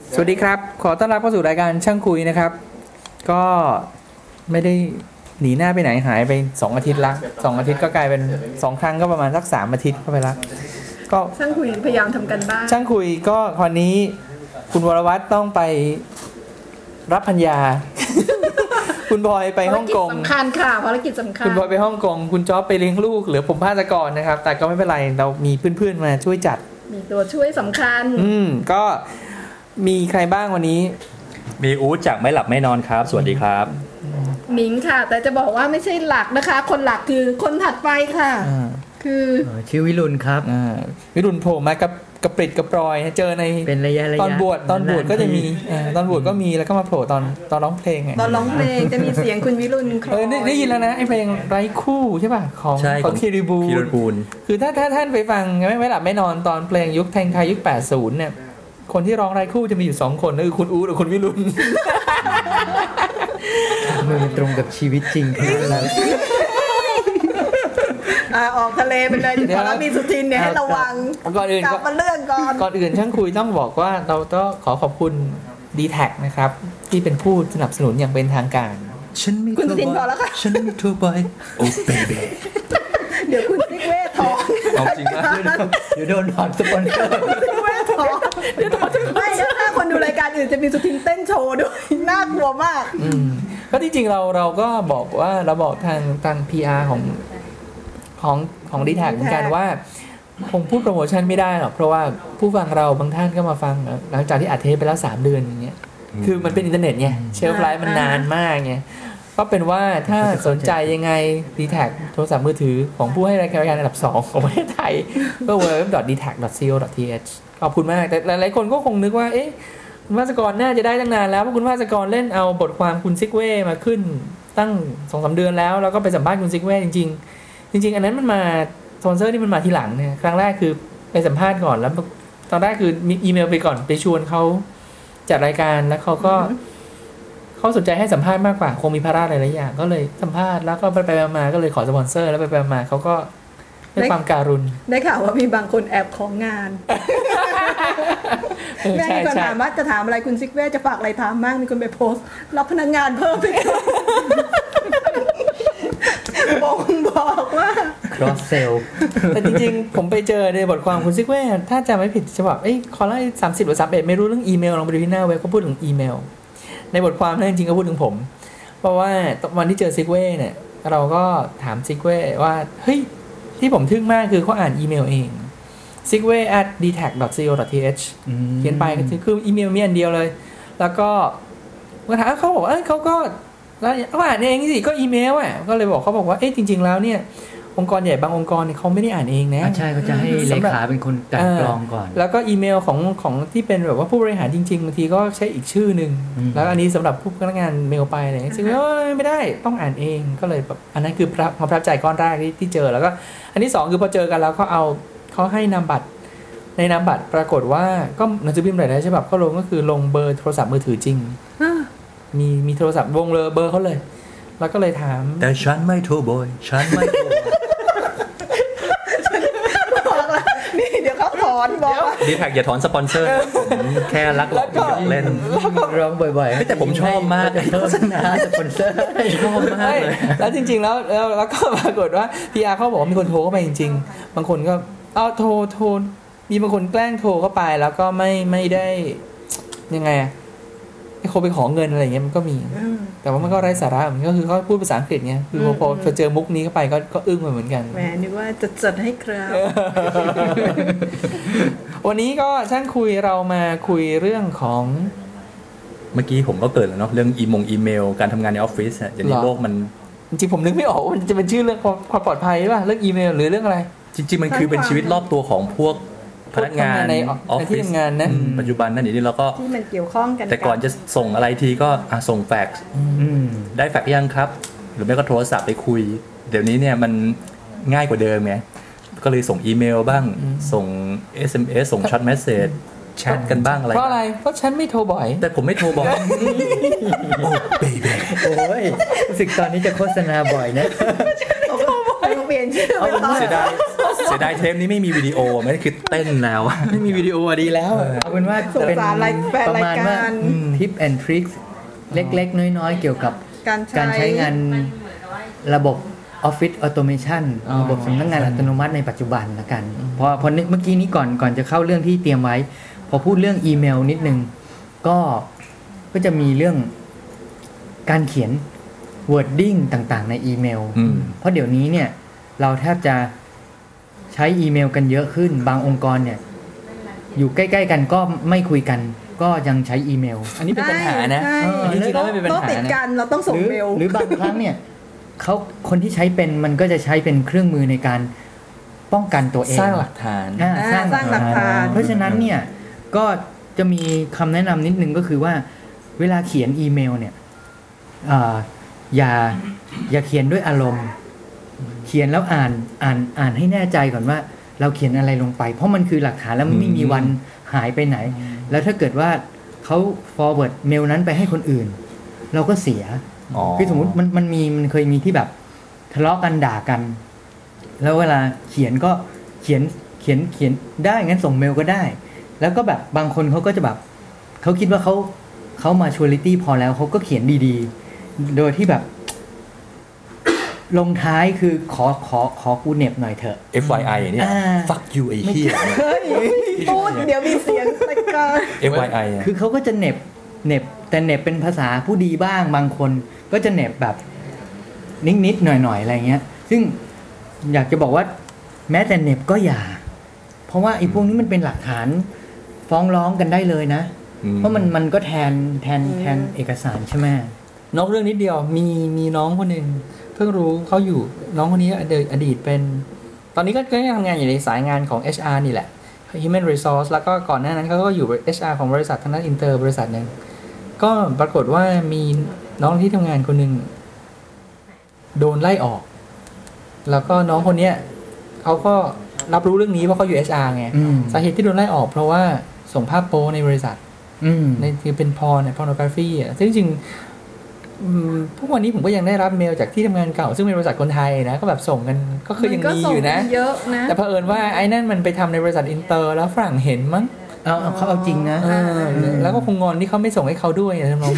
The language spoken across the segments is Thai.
สวัสดีครับขอต้อนรับเข้าสู่รายการช่างคุยนะครับก็ไม่ได้หนีหน้าไปไหนหายไป2อาทิตย์ละ2อาทิตย์ก็กลายเป็น2ครั้งก็ประมาณสัก3อาทิตย์เข้าไปละก็ช่างคุยพยายามทำกันบ้างช่างคุยก็คราวนี้คุณวรวัฒน์ต้องไปรับพัญญา คุณบอยไปฮ่องกงสำคัญค่ะภารกิจสำคัญคุณบอยไปฮ่องกงคุณจ๊อบไปเลี้ยงลูกเหลือผมภาสกรนะครับแต่ก็ไม่เป็นไรเรามีเพื่อนๆมาช่วยจัดมีตัวช่วยสำคัญก็มีใครบ้างวันนี้มีอู๊ดจากไม่หลับไม่นอนครับสวัสดีครับมิงค่ะแต่จะบอกว่าไม่ใช่หลักนะคะคนหลักคือคนถัดไปค่ะคือชื่อวิรุณครับวิรุณโผล่มากับกระปริดกระปรอยเจอในเป็นระยะตอนบวชก็จะมีตอนบวชก็มีแล้วก็มาโผล่ตอนร้องเพลงตอนร้องเพลงจะมีเสียงคุณวิรุณได้ยินแล้วนะไอ้เพลงไร้คู่ใช่ป่ะของคิริบูลคือถ้าท่านไปฟังไม่หลับไม่นอนตอนเพลงยุคแทงไทยยุค80เนี่ยคนที่ร้องไร้คู่จะมีอยู่2คนนั่นคือคุณอู๊ดกับคุณวิรุณมันตรงกับชีวิตจริงขนาดนั้นออกทะเลไปเลยเดี๋ยวเรามีสุทินเนี่ยให้ระวังก่อนอื่นกลับมาเรื่องก่อนอื่นช่างคุยต้องบอกว่าเราต้องขอบคุณ D-Tag นะครับที่เป็นผู้สนับสนุนอย่างเป็นทางการคุณสุทินพอแล้วค่ะฉันมีทัวร์บอยโอ้เบบีเดี๋ยวคุณซิกเวทถอนเอาจริงนะเดี๋ยวโดนถอนสปอนเซอร์ซิกเวทถอนเดี๋ยวถอนไม่ถ้าคนดูรายการอื่นจะมีสุทินเต้นโชว์ด้วยน่ากลัวมากก็ที่จริงเราก็บอกว่าเราบอกทาง PR ของ D-Tag เหมือนกันว่าคงพูดโปรโมชั่นไม่ได้หรอกเพราะว่าผู้ฟังเราบางท่านก็มาฟังหลังจากที่อัดเทปไปแล้ว3เดือนอย่างเงี้ยคือมันเป็นอินเทอร์เน็ตไงเชลฟ์ไลฟ์มันนานมากไงก็เป็นว่าถ้าสนใจยังไง D-Tag โทรศัพท์มือถือของผู้ให้รายการอันดับ2ของประเทศไทยก็ www.dtag.co.th ขอบคุณมากแต่หลายๆคนก็คงนึกว่าเอ๊ะคุณภาสกรน่าจะได้ตั้งนานแล้วเพราะคุณภาสกรเล่นเอาบทความคุณซิกเว่มาขึ้นตั้ง 2-3 เดือนแล้วก็ไปสัมภาษณ์คุณซิกเว่จริงๆอันนั้นมันมาสปอนเซอร์นี่มันมาทีหลังเนี่ยครั้งแรกคือไปสัมภาษณ์ก่อนแล้วตอนแรกคือมีอีเมลไปก่อนไปชวนเขาจัดรายการแล้วเขาสนใจให้สัมภาษณ์มากกว่าคงมีภาระหลายๆอย่างก็เลยสัมภาษณ์แล้วก็ไปมาก็เลยขอสปอนเซอร์แล้วไปมาเขาก็ด้วยความการุณได้ข่าวว่ามีบางคนแอบของงานแม่มีคนถามว่าจะถามอะไรคุณซิกเว่จะฝากอะไรถามมากมีคนไปโพสต์รับพนักงานเพิ่มไปบอกว่า cross sell แต่จริงๆผมไปเจอในบทความคุณซิกเว่ถ้าจำไม่ผิดฉบับคอลัมน์30หรือ31ไม่รู้เรื่องอีเมลลองไปดูที่หน้าเว็บก็พูดถึงอีเมลในบทความนั้นจริงๆก็พูดถึงผมเพราะว่าวันที่เจอซิกเว่เนี่ยเราก็ถามซิกเว่ว่าเฮ้ยที่ผมทึ่งมากคือเขาอ่านอีเมลเอง sigway@dtag.co.th เขียนไปคืออีเมลมีอันเดียวเลยแล้วก็ถามเขาบอกเขาก็แล้วเขาอ่านเองสิก็อีเมลก็เลยบอกเขาบอกว่าจริงๆแล้วเนี่ยองค์กรใหญ่บางองค์กรเนี่ยเขาไม่ได้อ่านเองนะใช่เขาจะให้เลขาเป็นคนกลั่นกรองก่อนแล้วก็อีเมลของที่เป็นแบบว่าผู้บริหารจริงๆบางทีก็ใช้อีกชื่อนึงแล้วอันนี้สำหรับผู้พนักงานเมลไปอะไรซึ่งไม่ได้ต้องอ่านเองก็เลยแบบอันนั้นคือความประทับใจก้อนแรกที่เจอแล้วก็อันที่2คือพอเจอกันแล้วเขาให้นามบัตรในนามบัตรปรากฏว่าก็หนังสือพิมพ์หลายๆฉบับก็ลงก็คือลงเบอร์โทรศัพท์มือถือจริงมีโทรศัพท์วงเบอร์เขาเลยแล้วก็เลยถามแต่ฉันไม่โทรบ่อยฉันไม่โทรบอกแล้วนี่เดี๋ยวเขาถอนบอกว่า D-Tagอย่าถอนสปอนเซอร์ผมแค่รักหลอกเล่นร้องบ่อยๆแต่ผมชอบมากโฆษณาสปอนเซอร์ชอบมากเลยแล้วจริงๆแล้วก็ปรากฏว่า PR เขาบอกว่ามีคนโทรเข้าไปจริงๆบางคนก็โทรมีบางคนแกล้งโทรเข้าไปแล้วก็ไม่ได้ยังไงเขาไปขอเงินอะไรอย่างเงี้ยมันก็มีแต่ว่ามันก็ไร้สาระมันก็คือเขาพูดภาษาอังกฤษไงคือพอเจอมุกนี้เข้าไปก็อึ้งเหมือนกันแหมนึกว่าจะจดให้ครับวันนี้ก็ช่างคุยเรามาคุยเรื่องของเมื่อกี้ผมก็เกิดแล้วเนาะเรื่องอีเมลการทำงานในออฟฟิศเดี๋ยวนี้โลกมันจริงๆผมนึกไม่ออกมันจะเป็นชื่อเรื่องความปลอดภัยป่ะเรื่องอีเมลหรือเรื่องอะไรจริงๆมันคือเป็นชีวิตรอบตัวของพวกพนักงานในออฟฟิศที่ทำงานนะปัจจุบันนั่นนี่เราก็ที่มันเกี่ยวข้องกันแต่ก่อนจะส่งอะไรทีก็ส่งแฟกซ์ได้แฟกซ์ยังครับหรือไม่ก็โทรศัพท์ไปคุยเดี๋ยวนี้เนี่ยมันง่ายกว่าเดิมไงก็เลยส่งอีเมลบ้างส่ง SMS ส่งช็อตเมสเสจแชทกันบ้างอะไรเพราะอะไรเพราะฉันไม่โทรบ่อยแต่ผมไม่โทรบ่อยโอ้เบบี้โอ้ยรู้สึกตอนนี้จะโฆษณาบ่อยนะเปลี่ยนชื่อเสียดายเสียดายเทปนี้ไม่มีวิดีโอไม่คือเต้นแล้วไม่มีวิดีโอดีแล้วเอาเป็นว่าสงเป็นสารรายแฟนประรายมาณกาว่าร ทิปแอนทริคเล็กๆ น้อยๆ เกี่ยวกับการใช้งานระบบ Office Automation อ๋อระบบสำนักงานอัตโนมัติในปัจจุบันละกันพอนึกเมื่อกี้นี้ก่อนจะเข้าเรื่องที่เตรียมไว้ พอพูดเรื่องอีเมลนิดนึงก็จะมีเรื่องการเขียน wording ต่างๆ ในอีเมล เพราะเดี๋ยวนี้เนี่ยเราแทบจะใช้อีเมลกันเยอะขึ้นบางองค์กรเนี่ยอยู่ใกล้ๆกันก็ไม่คุยกันก็ยังใช้อีเมลอันนี้เป็นปัญหานะใช่อันนี้จริงๆแล้วไม่เป็นปัญต้องหาติดนะกันเราต้องส่งเมลหรือบางครั้งเนี่ยคนที่ใช้เป็นมันก็จะใช้เป็นเครื่องมือในการป้องกันตัวเองสร้างหลักฐานสร้างหลักฐานเพราะฉะนั้นเนี่ยก็จะมีคำแนะนำนิดนึงก็คือว่าเวลาเขียนอีเมลเนี่ยอย่าเขียนด้วยอารมณ์ เขียนแล้วอ่านให้แน่ใจก่อนว่าเราเขียนอะไรลงไป เพราะมันคือหลักฐานแล้วมันไม่มีวันหายไปไหน แล้วถ้าเกิดว่าเขา forward เมลนั้นไปให้คนอื่น เราก็เสียคือสมมติมันเคยมีที่แบบทะเลาะกันด่ากัน แล้วเวลาเขียนก็เขียนได้งั้นส่งเมลก็ได้ แล้วก็แบบบางคนเขาก็จะแบบเขาคิดว่าเขามาชัวริตี้พอแล้วเขาก็เขียนดีๆโดยที่แบบลงท้ายคือขอกูเหน็บหน่อยเถอะ FYI เนี่ย fuck you ไอ้เหี้ยเฮ้ยพูดเดี๋ยวมีเสียงรายการ FYI คือเขาก็จะเหน็บแต่เหน็บเป็นภาษาผู้ดีบ้างบางคนก็จะเหน็บแบบนิดๆหน่อยๆอะไรเงี้ยซึ่งอยากจะบอกว่าแม้แต่เหน็บก็อย่าเพราะว่าไอ้พวกนี้มันเป็นหลักฐานฟ้องร้องกันได้เลยนะเพราะมันก็แทนเอกสารใช่ไหมนอกเรื่องนิดเดียวมีน้องคนหนึ่งเพิ่งรู้เขาอยู่น้องคนนี้อดีตเป็นตอนนี้ก็ยังทำงานอยู่ในสายงานของ HR นี่แหละ Human Resource แล้วก็ก่อนหน้านั้นเขาก็อยู่ HR ของบริษัททางด้านอินเตอร์บริษัทหนึ่งก็ปรากฏว่ามีน้องที่ทำงานคนหนึ่งโดนไล่ออกแล้วก็น้องคนเนี้ยเขาก็รับรู้เรื่องนี้เพราะเขาอยู่ HR ไงสาเหตุที่โดนไล่ออกเพราะว่าส่งภาพโป๊ในบริษัทในคือเป็นพอร์โนกราฟีอ่ะซึ่งจริงทุกวันนี้ผมก็ยังได้รับเมลจากที่ทำงานเก่าซึ่งเป็นบริษัทคนไทยนะก็แบบส่งกันก็คือยังมีอยู่นะเยอะนะแต่เผอิญว่าไอ้นั่นมันไปทำในบริษัทอินเตอร์แล้วฝรั่งเห็นมั้งเขาเอาจริงนะแล้วก็คงงอนที่เขาไม่ส่งให้เขาด้วยนะน้อง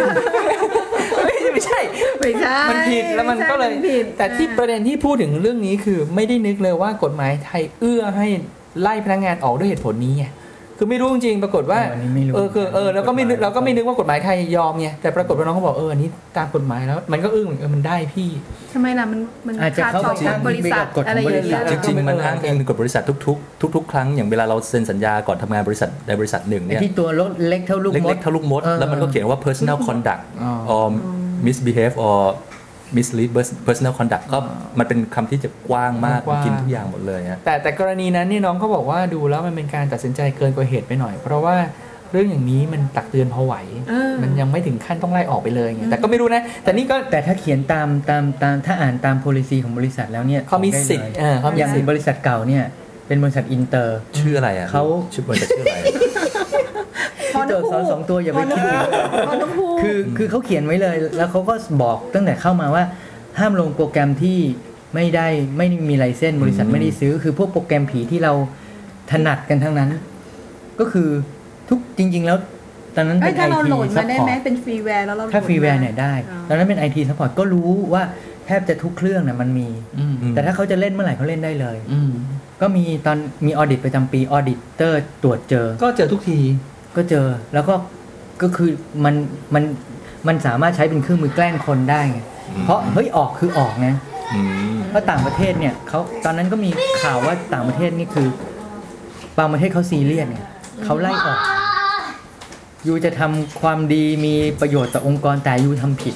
ไม่ใช่มันผิดแล้วมันก็เลยแต่ที่ประเด็นที่พูดถึงเรื่องนี้คือไม่ได้นึกเลยว่ากฎหมายไทยเอื้อให้ไล่พนักงานออกด้วยเหตุผลนี้ไงคือไม่รู้จริงปรากฏว่าแล้วก็ไม่นึกเราก็ไม่นึกว่ากฎหมายไทยยอมไงแต่ปรากฏว่าน้องเขาบอกอันนี้ตามกฎหมายแล้วมันก็มันได้พี่ทำไมล่ะมันขาดต่อบริษัทอะไรอย่างเงี้ยจริงๆมันอ้างอิงกฎบริษัททุกครั้งอย่างเวลาเราเซ็นสัญญาก่อนทำงานบริษัทในบริษัทหนึ่งเนี่ยที่ตัวเล็กเท่าลูกมดแล้วมันก็เขียนว่า personal conduct or misbehave or mislead personal conduct ก็มันเป็นคำที่จะกว้างมากกินทุกอย่างหมดเลยแต่กรณีนั้นนี่น้องเขาบอกว่าดูแล้วมันเป็นการตัดสินใจเกินกว่าเหตุไปหน่อยเพราะว่าเรื่องอย่างนี้มันตักเตือนพอไหวมันยังไม่ถึงขั้นต้องไล่ออกไปเลยไงแต่ก็ไม่รู้นะแต่ถ้าเขียนตามถ้าอ่านตาม policy ของบริษัทแล้วเนี่ยเขามีสิทธิ์อย่างบริษัทเก่าเนี่ยเป็นบริษัทอินเตอร์ชื่ออะไรอ่ะเขาชื่อบริษัทชื่ออะไรตัวสองตัวอย่าไปคิดคือเขาเขียนไว้เลยแล้วเขาก็บอกตั้งแต่เข้ามาว่าห้ามลงโปรแกรมที่ไม่มีไลเซนส์บริษัทไม่ได้ซื้อคือพวกโปรแกรมผีที่เราถนัดกันทั้งนั้นก็คือทุกจริงๆแล้วตอนนั้นเป็น IT ถ้าเราโหลดมาได้ไหมเป็นฟรีแวร์แล้วเราถ้าฟรีแวร์เนี่ยได้ตอนนั้นเป็น IT support ก็รู้ว่าแทบจะทุกเครื่องน่ะมันมีแต่ถ้าเขาจะเล่นเมื่อไหร่เขาเล่นได้เลยก็มีตอนมีออดิตประจำปีออดิเตอร์ตรวจเจอก็เจอทุกทีก็เจอแล้วก็คือมันสามารถใช้เป็นเครื่องมือแกล้งคนได้ไงเพราะออกคือออกนะเพราะต่างประเทศเนี่ยเขาตอนนั้นก็มีข่าวว่าต่างประเทศนี่คือบางประเทศเขาซีเรียสไงเขาไล่ออกยูจะทำความดีมีประโยชน์ต่อองค์กรแต่ยูทำผิด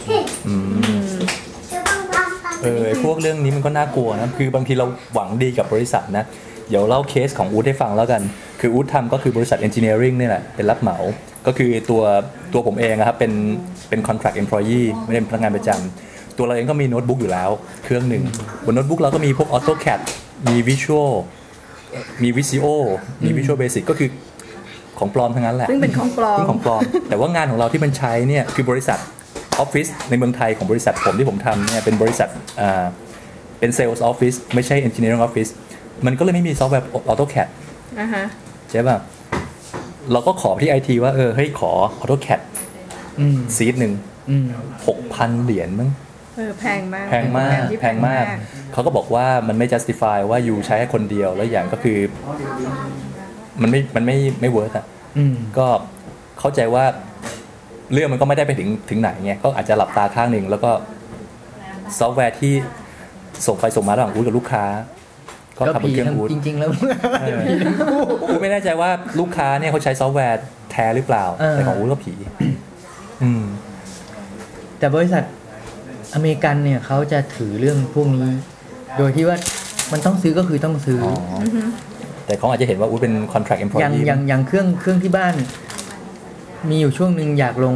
พวกเรื่องนี้มันก็น่ากลัวนะคือบางทีเราหวังดีกับบริษัทนะเดี๋ยวเล่าเคสของอู๊ดให้ฟังแล้วกันคืออู๊ดทำก็คือบริษัท engineering นี่แหละเป็นรับเหมาก็คือตัวผมเองนะครับเป็น contract employee ไม่ได้เป็นพนักงานประจำตัวเราเองก็มีโน้ตบุ๊กอยู่แล้วเครื่องหนึ่งบนโน้ตบุ๊กเราก็มีพวก AutoCAD มี Visual มี Visio มี Visual Basic ก็คือของปลอมทั้งนั้นแหละซึ่งเป็นของปลอมแต่ว่างานของเราที่มันใช้เนี่ยคือบริษัทออฟฟิศในเมืองไทยของบริษัทผมที่ผมทำเนี่ยเป็นบริษัทเป็น Sales Office ไม่ใช่ Engineering Office มันก็เลยไม่มีซอฟต์แวร์ AutoCAD อ่าฮะใช่ป่ะเราก็ขอที่ IT ว่าเฮ้ยขอ AutoCAD อืมซีดหนึ่งอืม 6,000 เหรียญมั้งแพงมากแพงมากโปรรที่แพงมากเขาก็บอกว่ามันไม่ justify ว่าอยู่ใช้ให้คนเดียวแล้วอย่างก็คือมันไม่เวิร์กอ่ะอืมก็เข้าใจว่าเรื่องมันก็ไม่ได้ไปถึงไหนไงก็อาจจะหลับตาข้างหนึ่งแล้วก็ซอฟต์แวร์ที่ส่งไปส่งมาระหว่างอู๊ดกับลูกค้าก็ทำบนเครื่องอู๊ดจริงๆแล้วอู๊ดไม่แน่ใจว่าลูกค้าเนี่ยเขาใช้ซอฟต์แวร์แท้หรือเปล่าแต่ของอู๊ดก็ผีแต่บริษัทอเมริกันเนี่ยเขาจะถือเรื่องพวกนี้ โดยที่ว่ามันต้องซื้อก็คือต้องซื้ออแต่เขาอาจจะเห็นว่าอู๊ดเป็น contract อย่าง employee อย่างเครื่องที่บ้าน มีอยู่ช่วงหนึ่งอยากลง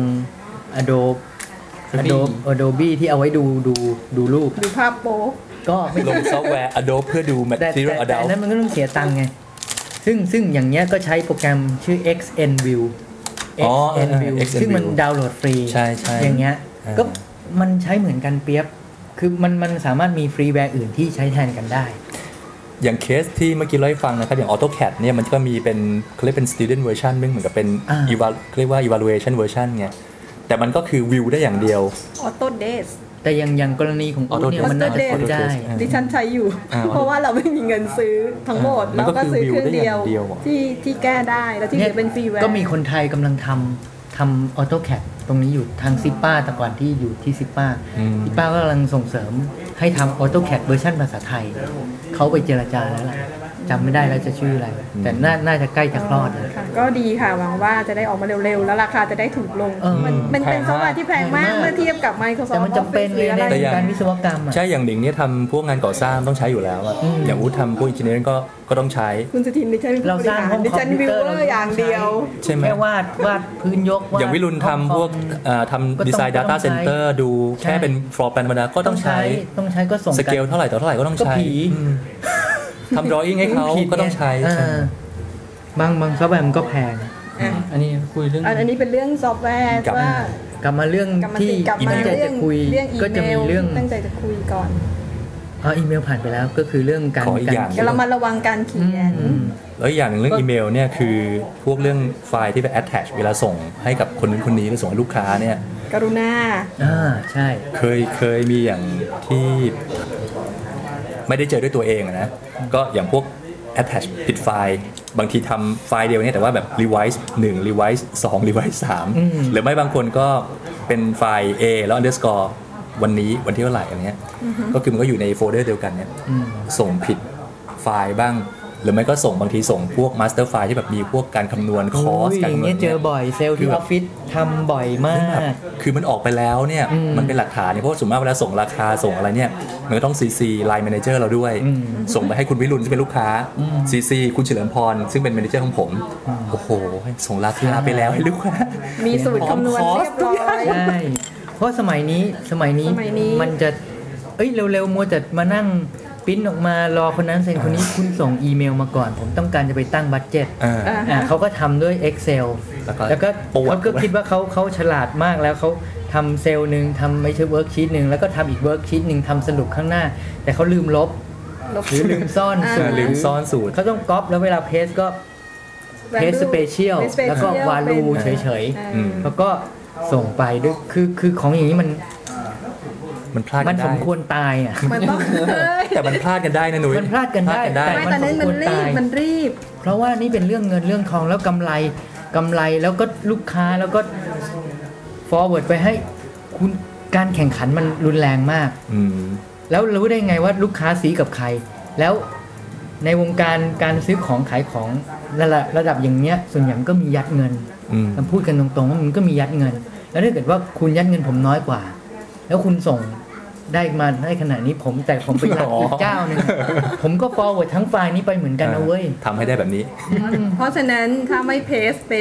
Adobe ที่เอาไว้ดูรูปดูภาพโป๊ก็ไม่ลงซอฟต์แวร์ Adobe เพื่อดูแต่ Material อั Adult นนั้นมันก็ต้องเสียตังค์ไงซึ่งอย่างเงี้ยก็ใช้โปรแกรมชื่อ XNView อ๋อ XNView XNView ซึ่งมันดาวน์โหลดฟรีใช่ๆอย่างเงี้ยก็มันใช้เหมือนกันเปียบคือมันสามารถมีฟรีแวร์อื่นที่ใช้แทนกันได้อย่างเคสที่เมื่อกี้เราให้ฟังนะครับอย่าง AutoCAD เนี่ยมันก็มีเป็นเขาเรียกเป็น student version นึงเหมือนกับเป็น เขาเรียกว่า evaluation version ไงแต่มันก็คือวิวได้อย่างเดียว Autodesk แต่อย่างกรณีของอุ๊ดเนี่ยมันน่าจะเข้าใจดิฉันใช้อยู่ เพราะว่าเราไม่มีเงินซื้อทั้งหมดมันเราก็ก็คือซื้อเครื่องวิวได้เดียวอย่างเดียวที่แก้ได้แล้วที่เหลือเป็นฟรีแวร์ก็มีคนไทยกำลังทำ AutoCAD ตรงนี้อยู่ทางซิป้าแต่ก่อนที่อยู่ที่ซิป้าก็กำลังส่งเสริมให้ทำ AutoCAD เวอร์ชันภาษาไทยเขาไปเจรจาแล้วล่ะจำไม่ได้แล้วจะชื่ออะไร แต่น่าจะใกล้จะคลอดแล้วค่ะก็ดีค่ะหวังว่าจะได้ออกมาเร็วๆ แล้วราคาจะได้ถูกลง มันเป็นซอฟต์แวร์ที่แพงมากเมื่อเทียบกับ Microsoft แต่มันจำเป็นเลยใน Office การวิศวกรรมอ่ะใช่อย่างหนิงเนี่ยทำพวกงานก่อสร้างต้องใช้อยู่แล้วอะอย่างอู๊ดทำพวก engineering ก็ต้องใช้คุณสุทินดิฉันเป็นผู้เราบสริร้างหารห้องดิคอฉัมนพิววิเตวอร์เลอร์อย่างเดียวใช่ไหมแค่วาดพื้นยกวาดอย่างวิรุณทำพวกทำดีไซน์ data center ดูแค่เป็น floor plan ธรรมดาก็ต้องใช้ต้องใช้ก็ส่งสเกลเท่าไหร่ต่อเท่าไหร่ก็ต้องใช้ก็ผีทำ drawing ให้เขาก็ต้องใช้บางซอฟต์แวร์มันก็แพงอันนี้คุยเรื่องอันนี้เป็นเรื่องซอฟต์แวร์ว่ากลับมาเรื่องที่กลับมาตั้งใจเรื่จะคุยเรื่องอีก็จะเมมีลเรื่องตั้งใจจะคุยก่อนอีเมลผ่านไปแล้วก็คือเรื่องการขออีกอย่างเดี๋ยวเรามาระวังการเขียนแล้วอีกอย่างหนึ่งเรื่องอีเมลเนี่ยคือพวกเรื่องไฟล์ที่ไป attach เวลาส่งให้กับคนนู้นคนนี้หรือส่งให้ลูกค้าเนี่ยกรุณาใช่เคยมีอย่างที่ไม่ได้เจอด้วยตัวเองอะนะก็อย่างพวก attach ปิดไฟล์บางทีทำไฟล์เดียวเนี่ยแต่ว่าแบบ revise 1 revise 2 revise 3หรือไม่บางคนก็เป็นไฟล์ A แล้ว underscore วันนี้วันที่เท่าไหร่อะไรเงี้ยก็คือมันก็อยู่ในโฟลเดอร์เดียวกันเนี่ยส่งผิดไฟล์บ้างหรือไม่ก็ส่งบางทีส่งพวก master file ที่แบบมีพวกการคำนวณคอสอการย่างคำนวเงี้ณยเจอบ่อยเซลล์ที่ออฟฟิศทำบ่อยมากคือมันออกไปแล้วเนี่ยมันเป็นหลักฐานเนี่ยเพราะว่าส่วนมากเวลาส่งราคาส่งอะไรเนี่ยมันก็ต้อง CC Line Manager เราด้วย ส่งไปให้คุณวิรุณซึ่งเป็นลูกค้า CC คุณเฉลิมพรซึ่งเป็น Manager ของผมโอ้โหส่งราคาไปแล้วให้ลูกค้ามีสูตรคำนวณเรียบร้อยใช่เพราะสมัยนี้สมัยนี้มันจะเร็วๆมัวแต่มานั่งปริ้นออกมารอคนนั้นเซ็นคนนี้คุณส่งอีเมลมาก่อนผมต้องการจะไปตั้งบัดเจ็ตเขาก็ทำด้วย Excel แล้วก็เขาก็คิดว่าเขาฉลาดมากแล้วเขาทำเซลล์หนึ่งทำไม่ใช่เวิร์กชีตหนึ่งแล้วก็ทำอีกเวิร์กชีตหนึ่งทำสรุปข้างหน้า แต่เขาลืมลบหรือลืมซ่อนสูตรลืมซ่อนสูตรเขาต้องก๊อปแล้วเวลาเพสก็เพสสเปเชียลแล้วก็วาลูเฉยๆแล้วก็ส่งไปด้วยคือของอย่างนี้มันพลาดมักัน นสได้มควรตายอ่ะมันต้องแต่มันพลาดกันได้นะหนุ่ยมันพลาดกันได้ไม่ตอนนั้นมันรีบเพราะว่านี่เป็นเรื่องเงินเรื่องทองแล้วกำไรแล้วก็ลูกค้าแล้วก็ forward ไปให้คุณการแข่งขันมันรุนแรงมากแล้วรู้ได้ไงว่าลูกค้าซื้อกับใครแล้วในวงการซื้อของขายของระดับอย่างเนี้ยส่วนใหญ่ก็มียัดเงินเราพูดกันตรงๆว่ามันก็มียัดเงินแล้วถ้าเกิดว่าคุณยัดเงินผมน้อยกว่าแล้วคุณส่งได้มาได้ขนาดนี้ผมไปรับอีกเจ้านึงผมก็ forward ทั้งไฟล์นี้ไปเหมือนกันนะเว้ยทำให้ได้แบบนี้เพราะฉะนั้นถ้าไม่เพสเป็น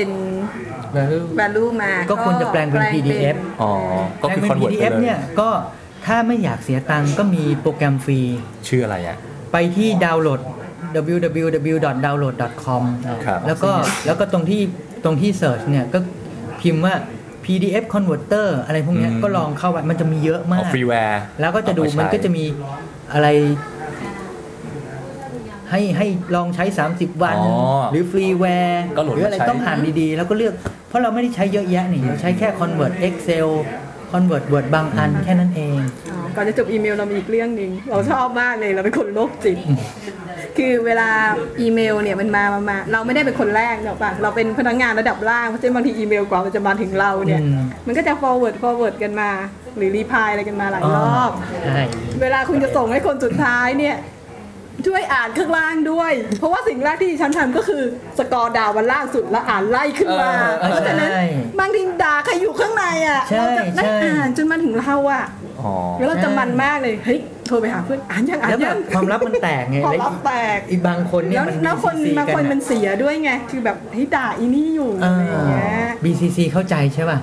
value มาก็ควรจะแปลงเป็น PDF ก็คือ convert ไป PDF เลยเนี่ยก็ถ้าไม่อยากเสียตังค์ก็มีโปรแกรมฟรีชื่ออะไรอ่ะไปที่ดาวน์โหลด www.download.com แล้วก็ตรงที่ search เนี่ยก็พิมพ์ว่า PDF converter อะไรพวกนี้ก็ลองเข้าไปมันจะมีเยอะมากฟรีแวร์แล้วก็จะดูมันก็จะมีอะไรให้ลองใช้ 30 วันอ๋อหรือฟรีแวร์ก็โหลดหรืออะไรมาใช้ต้องอ่านดีๆ แล้วก็เลือกเพราะเราไม่ได้ใช้เยอะแยะนี่เราใช้แค่ Convert Excel Convert Word บางอันแค่นั้นเองก่อนจะจบอีเมลเรามีอีกเรื่องหนึ่งเราชอบมากเลยเราเป็นคนโรคจิต คือเวลาอีเมลเนี่ยมันมาเราไม่ได้เป็นคนแรกเนอะป่ะเราเป็นพนักงานระดับล่างเพราะฉะนั้นบางทีอีเมลกว่ามันจะมาถึงเราเนี่ย มันก็จะ forward กันมาหรือ reply อะไรกันมาหลายรอบใช่เวลาคุณจะส่งให้คนสุดท้ายเนี่ยช่วยอ่านข้างล่างด้วย เพราะว่าสิ่งแรกที่ฉันทำก็คือสกอร์ดาววันล่างสุดแล้วอ่านไล่ขึ้นมาเพราะฉะนั้นบางทีด่าใครอยู่ข้างในอ่ะเราจะได้อ่านจนมาถึงเราอ่ะอ๋อแล้วเราจะมันมากเลยเฮ้ยโทรไปหาเพื่อนอ่านยังแล้วแบบความลับมันแตกไงความแล้วลับแตกอีกบางคนเนี่ยมันแล้วคน BCC บางคนมันเสียด้วยไงคือแบบเฮ้ยด่าอีนี่อยู่อะไรอย่างเงี้ย BCC เข้าใจใช่ป่ะ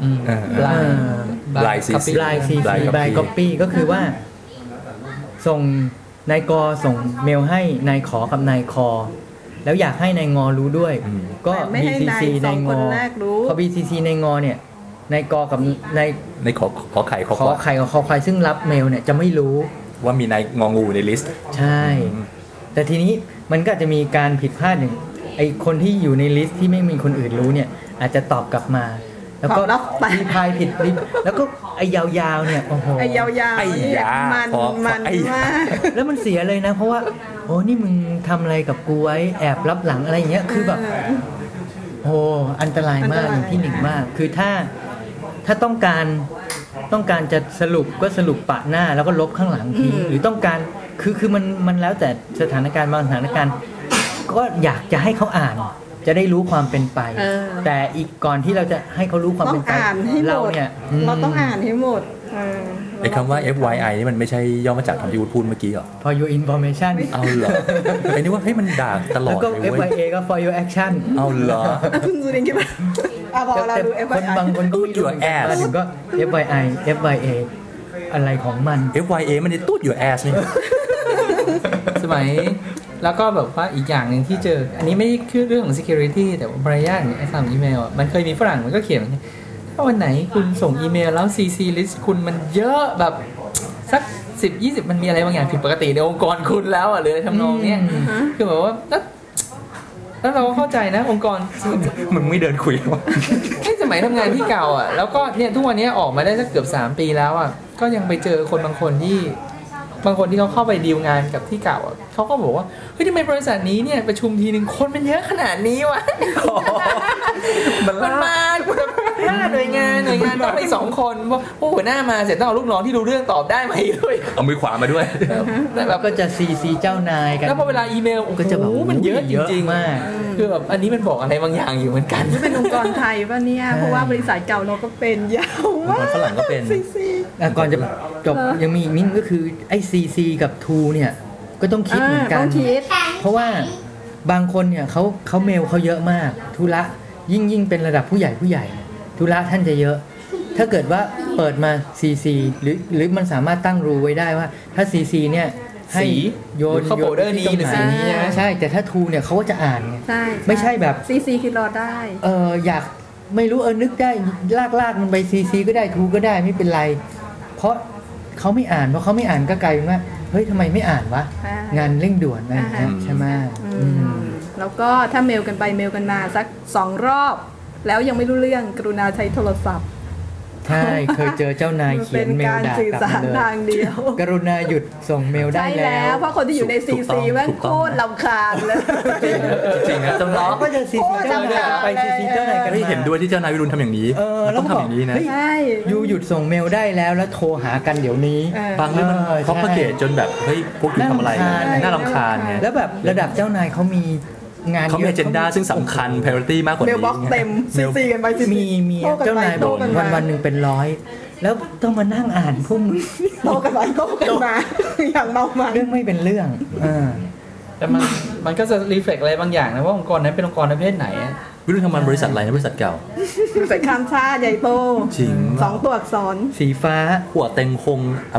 Blind CC Blind CC Blind by copy ก็คือว่า ส่งนายกส่งเมลให้นายขอกับนายคอ แล้วอยากให้นายงอรู้ด้วย ก็แต่ไม่ให้ BCC นายสนาอย งงคนอแรกรู้พอ BCC นายงอเนี่ยนายกกับนายในขอไข่ขอขอควายไข่กับคอควายซึ่งรับเมลเนี่ยจะไม่รู้ว่ามีนายงองูในลิสต์ใช่ แต่ทีนี้มันก็จะมีการผิดพลาดอย่างไอคนที่อยู่ในลิสต์ที่ไม่มีคนอื่นรู้เนี่ย อาจจะตอบกลับมา แล้วก็ความลับแตกรีพลายผิดแล้วก็ไอยาวๆเนี่ยโอ้โหไอ้ยาวๆเนี่ยมันมากแล้วมันเสียเลยนะ เพราะว่าโอ้นี่มึงทำอะไรกับกูไว้แอบรับหลังอะไรอย่างเงี้ยคือแบบโอ้อันตรายมากอย่างที่หนึ่งมาก คือถ้าต้องการจะสรุปก็สรุปปะหน้าแล้วก็ลบข้างหลังทิ้งหรือต้องการคือมันแล้วแต่สถานการณ์บางสถานการณ์ก็อยากจะให้เขาอ่านจะได้รู้ความเป็นไป แต่อีกก่อนที่เราจะให้เขารู้ความต้อเป็งนไปอ่านให้หเรามดเนี่ยเราต้องอ่านให้หมดไอ้คำว่า FYI นี่มันไม่ใช่ย่อมาจากคำที่วุฒิพูดเมื่อกี้เหรอ for your information เอาเหรอไอ้นี่ว่าเฮ้ยมันด่าตลอแล้วดก็เลยเว้ย FYA ก็ for your action เอาเหรอคุณสุรินทร์คิดว่าพอเราดูแต่คน FYI บางคนก็ไม่รู้ Your ass มาถึงก็ FYI FYA อะไรของมัน FYA มันจะตูด your ass นี่สมัยแล้วก็แบบว่าอีกอย่างหนึ่งที่เจอ อันนี้ไม่คือเรื่องของ security แต่ว่ามารยาทของไอ้คำอีเมลอ่ะมันเคยมีฝรั่งมันก็เขียนว่าถ้าวันไหนคุณส่งอีเมลแล้ว CC list คุณมันเยอะแบบสัก10-20 มันมีอะไรบางอย่างผิดปกติในองค์กรคุณแล้วอ่ะหรืออะไรทำนองเนี้ยคือแบบว่าแล้วเราก็เข้าใจนะองค์กรมึงไม่เดินคุยหรอให้สมัยทำงานที่เก่าอ่ะแล้วก็เนี่ยทุกวันนี้ออกมาได้สักเกือบ3 ปีแล้วอ่ะก็ยังไปเจอคนบางคนที่เขาเข้าไปดีลงานกับที่เก่าอ่ะเขาก็บอกว่าเฮ้ยทำไมบริษัทนี้เนี่ยประชุมทีนึงคนมันเยอะขนาดนี้วะมันมาหน่วยงานต้องไป2 คนว่าหัวหน้ามาเสร็จต้องเอาลูกน้องที่รู้เรื่องตอบได้มาอีกด้วยเอามือขวามาด้วยแต่แบบก็จะ CC เจ้านายกันแล้วพอเวลาอีเมลก็จะแบบโอ้โหมันเยอะจริงๆมากคือแบบอันนี้มันบอกอะไรบางอย่างอยู่เหมือนกันนี่เป็นองค์กรไทยป่ะเนี่ย เพราะว่าบริษัทเก่าเราก็เป็นยาวมากฝรั่งก็เป็นซีก่อนจะจบยังมีอีกนิดก็คือไอ้ CC กับ To เนี่ยก็ต้องคิดเหมือนกัต้นองคิดเพราะว่าบางคนเนี่ยเขาเมลเขาเยอะมากธุระยิ่งเป็นระดับผู้ใหญ่ธุระท่านจะเยอะ ถ้าเกิดว่าเปิดมา CC หรือมันสามารถตั้งรูไว้ได้ว่าถ้า CC เนี่ยให้สีโยนหรือเข้าโฟลเดอร์นี้หรือสีนี้นะใช่แต่ถ้า To เนี่ยเขาก็จะอ่านไงใช่ไม่ใช่แบบซีคือรอได้อยากไม่รู้นึกได้ลากมันไป CC ก็ได้ To ก็ได้ไม่เป็นไร เพราะเขาไม่อ่านเพราะเขาไม่อ่านก็กลายเป็นว่าเฮ้ยทำไมไม่อ่านวะอ่างงานเร่งด่วนอะไรอย่างเงี้ยใช่ไหมอืมแล้วก็ถ้าเมลกันไปเมลกันมาสัก2 รอบ แล้วยังไม่รู้เรื่องกรุณาใช้โทรศัพท์ใช่เคยเจอเจ้านายเขียนเมลด่ากลับมาเลเป็นการสื่อสารทางเดียวกรุณาหยุดส่งเมลได้ใช่แล้แล้ววเพราะคนที่อยู่ในถูกต้อง CC แม่งถูกโคต้องตรรำคาญเลยจริงนะเจ้านายก็จะ CC เจ้านายไป CC เจ้านายกันเฮ้ยเห็นด้วยที่เจ้านายวิรุณทำอย่างนี้ มันแล้ต้วองก็บทำออก ย่างนี้นะเฮ้ยใช่ยูหยุดส่งเมลได้แล้วโทรหากันเดี๋ยวนี้บางเรื่องมันใช่คอมพาเกตจนแบบเฮ้ยพวกคุณทำอะไรน่ารำคาญน่ารำคาญไงแล้วแบบระดับเจ้านายเขามีงานเขามี agenda ซึ่งสำคัญ priority มากกว่าเมนี้ลบ็อกเต็ม CC กันไป CC มีโต้กันเจ้าไปนายโต้บ่นกันมาวันหนึ่งเป็น100แล้วต้องมานั่งอ่านพวกมึงโต้กันไปโต้กันมาอย่างเมามันเรื่องไม่เป็นเรื่องแต่มันก็จะรีเฟล็กอะไรบางอย่างนะว่าองค์กรนั้นเป็นองค์กรประเภทไหนอะวิรุณทำงานบริษัทอะไรนะบริษัทเก่าใส่ข้ามชาติใหญ่โตจริง 2 ตัวอักษรสีฟ้าหัวเต็งคงอะไร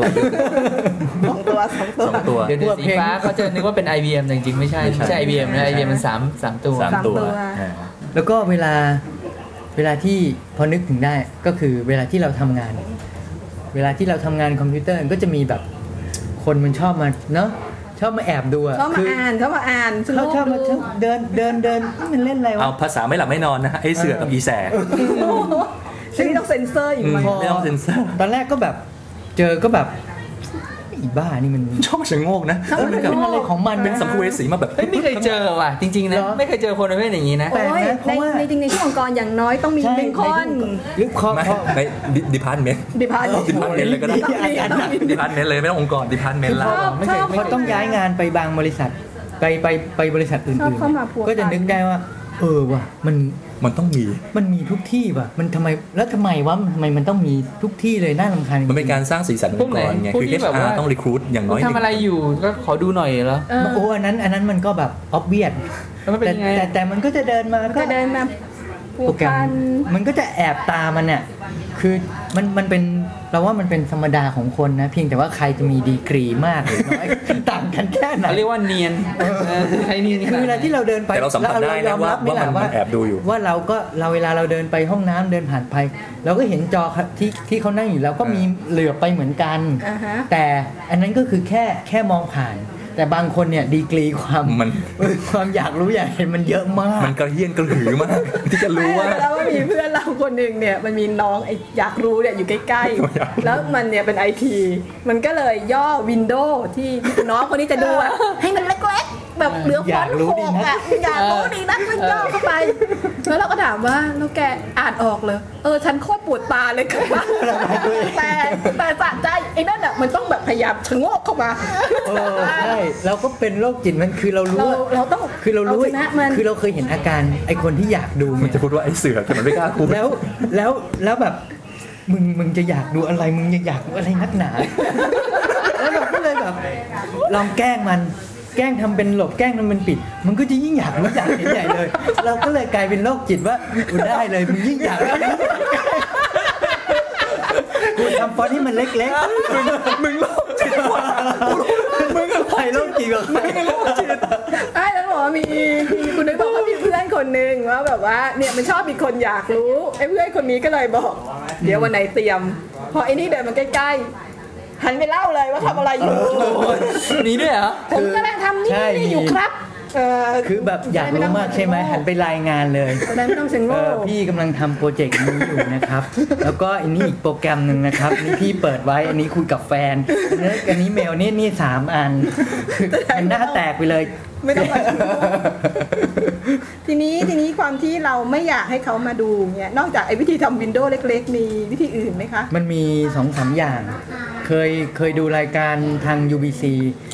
2 ตัวสองตัวเดี๋ยวสีฟ้าเขาจะนึกว่าเป็น IBM แต่จริงๆไม่ใช่ IBM นะ IBM มัน3 ตัว 3 ตัวแล้วก็เวลาที่พอนึกถึงได้ก็คือเวลาที่เราทำงาน เวลาที่เราทำงานคอมพิวเตอร์ก็จะมีแบบคนมันชอบมาเนาะชอบมาแอบดูอะชอบมาอ่านชอบมาอ่านชเขาชอบมาดูเดินมันเล่นอะไรเอาวะภาษาไม่หลับไม่นอนนะไอ้เสือกับอีแสซึ่งต้องเซ็นเซอร์อีกไหมไม่ต้องเซ็นเซอร์ตอนแรกก็แบบเจอก็แบบอีบ้านี่มันชอบชะโงกนะชอบมันเป็นอะไรของมันเป็นสัมภเวสีมาแบบเฮ้ยไม่เคยเจอว่ะจริงๆนะเหรอไม่เคยเจอคนประเภทอย่างนี้นะโอ้ยเพราะว่าในจริงในที่องค์กรอย่างน้อยต้องมีใช่หนึ่งคนหรือคอไม่ในดิพาร์ตเมนต์ดิพาร์ตดิพาร์ตเมนต์เลยก็ได้ต้องมีดิพาร์ตเมนต์เลยไม่ต้ององค์กรดิพาร์ตเมนต์ละไม่เคยพอต้องย้ายงานไปบางบริษัทไปบริษัทอื่ชอบนเข้ามาพัวๆก็จะนึกได้ว่าว่ะมันต้องมีมันมีทุกที่ว่ะมันทำไมวะทำไมมันต้องมีทุกที่เลยน่ารำคาญจงๆมันเป็นการสร้างสีสันองค์กรไงพวกคือที่แบบว่า HR ต้องรีครูทอย่างน้อยหทำนึ่งอะไรอยู่ก็ขอดูหน่อยเหรอเออโอ้อันนั้นมันก็แบบออบเวียสแล้วมันเป็นยังไงแต่มันก็จะเดินมาก็จะเดินมาพัโปวรแกรพัมนมันก็จะแอบตามมันเนี่ยคือมันเป็นเราว่ามันเป็นธรรมดาของคนนะเพียงแต่ว่าใครจะมีดีกรีมากหรือน้อย ต่างกันแค่ไหนเขาเรียกว่าเนียนใครเนียนขคือนาดเวลาที่เราเดินไปแต่เราสัมผัสได้นะว่ามันแอบดูอยู่ว่าเราเวลาเราเดินไปห้องน้ำเดินผ่านไปเราก็เห็นจอที่เขานั่งอยู่แล้วก็มีเหลือบไปเหมือนกันอ่าฮะแต่อันนั้นก็คือแค่มองผ่าน แต่บางคนเนี่ยดีกรีความมันความอยากรู้อยากเห็นมันเยอะมากมันกระเฮี้ยนกระหือมากที่จะรู้ว่าแล้วว่ามีเพื่อนเราคนหนึ่งเนี่ยมันมีน้องไอ้อยากรู้เนี่ยอยู่ใกล้ๆแล้วมันเนี่ยเป็นไอทีมันก็เลยย่อวินโดว์ที่น้องคนนี้จะดูอะให้มันเล็กๆแบบเหลือฟอนต์หกอะอยากรู้ดีนักมันย่อเข้าไป แล้วเราก็ถามว่าแล้วแกอ่านออกเลยฉันโคตรปวดตาเลยครับว่าแต่สะใจไอ้นั่นอะมันต้องแบบพยายามชะโงกเข้ามาใช่เราก็เป็นโรคจิตมันคือเรารู้ว่าเราต้องคือเรารู้ชนะมันคือเราเคยเห็นอาการไอคนที่อยากดูมันเนี่ยจะพูดว่าไอ้เสือแต่มันไม่กล้าพูดแล้วแบบมึงจะอยากดูอะไรมึงจะอยากดูอะไรนักหนา แล้วเราก็เลยแบบลองแกล้งมันแกล้งทำเป็นหลบแกล้งทำเป็นปิดมันก็จะยิ่งอยากรู้อยากเห็นใหญ่เลย เราก็เลยกลายเป็นโรคจิตว่ากูได้เลยมึงยิ่งอยากรู้กูทำฟอนต์ให้มันเล็กๆมึงโรคจิตกว่ามึงก็ใครโรคจิตกว่าใครโรคจิตไอ้แล้วบอกว่ามีคุณนึกบอกว่ามีเพื่อนคนหนึ่งว่าแบบว่าเนี่ยมันชอบมีคนอยากรู้ไอ้เพื่อนคนนี้ก็เลยบอก เดี๋ยววันไหนเตรียม พอไอ้นี่เดินมาใกล้ๆหันไปเล่าเลยว่าทำอะไรอยู่นี้ด้วยเหรอผมกำลังทำนี่ใช่อยู่ครับคือแบบอยากรู้มากใช่ไหมหันไปรายงานเลยจะได้ไม่ต้องเซ็งโง่พี่กำลังทำโปรเจกต์นี้อยู่นะครับ แล้วก็อันนี้อีกโปรแกรมหนึ่งนะครับนี่พี่เปิดไว้อันนี้คุยกับแฟนอันนี้เมลนี่3 อันมันหน้าแตกไปเลยไม่ต้องมาทีนี้ความที่เราไม่อยากให้เขามาดูเนี่ยนอกจากไอ้วิธีทำวินโดว์เล็กๆมีวิธีอื่นไหมคะมันมี 2-3 อย่างเคยดูรายการทาง UBC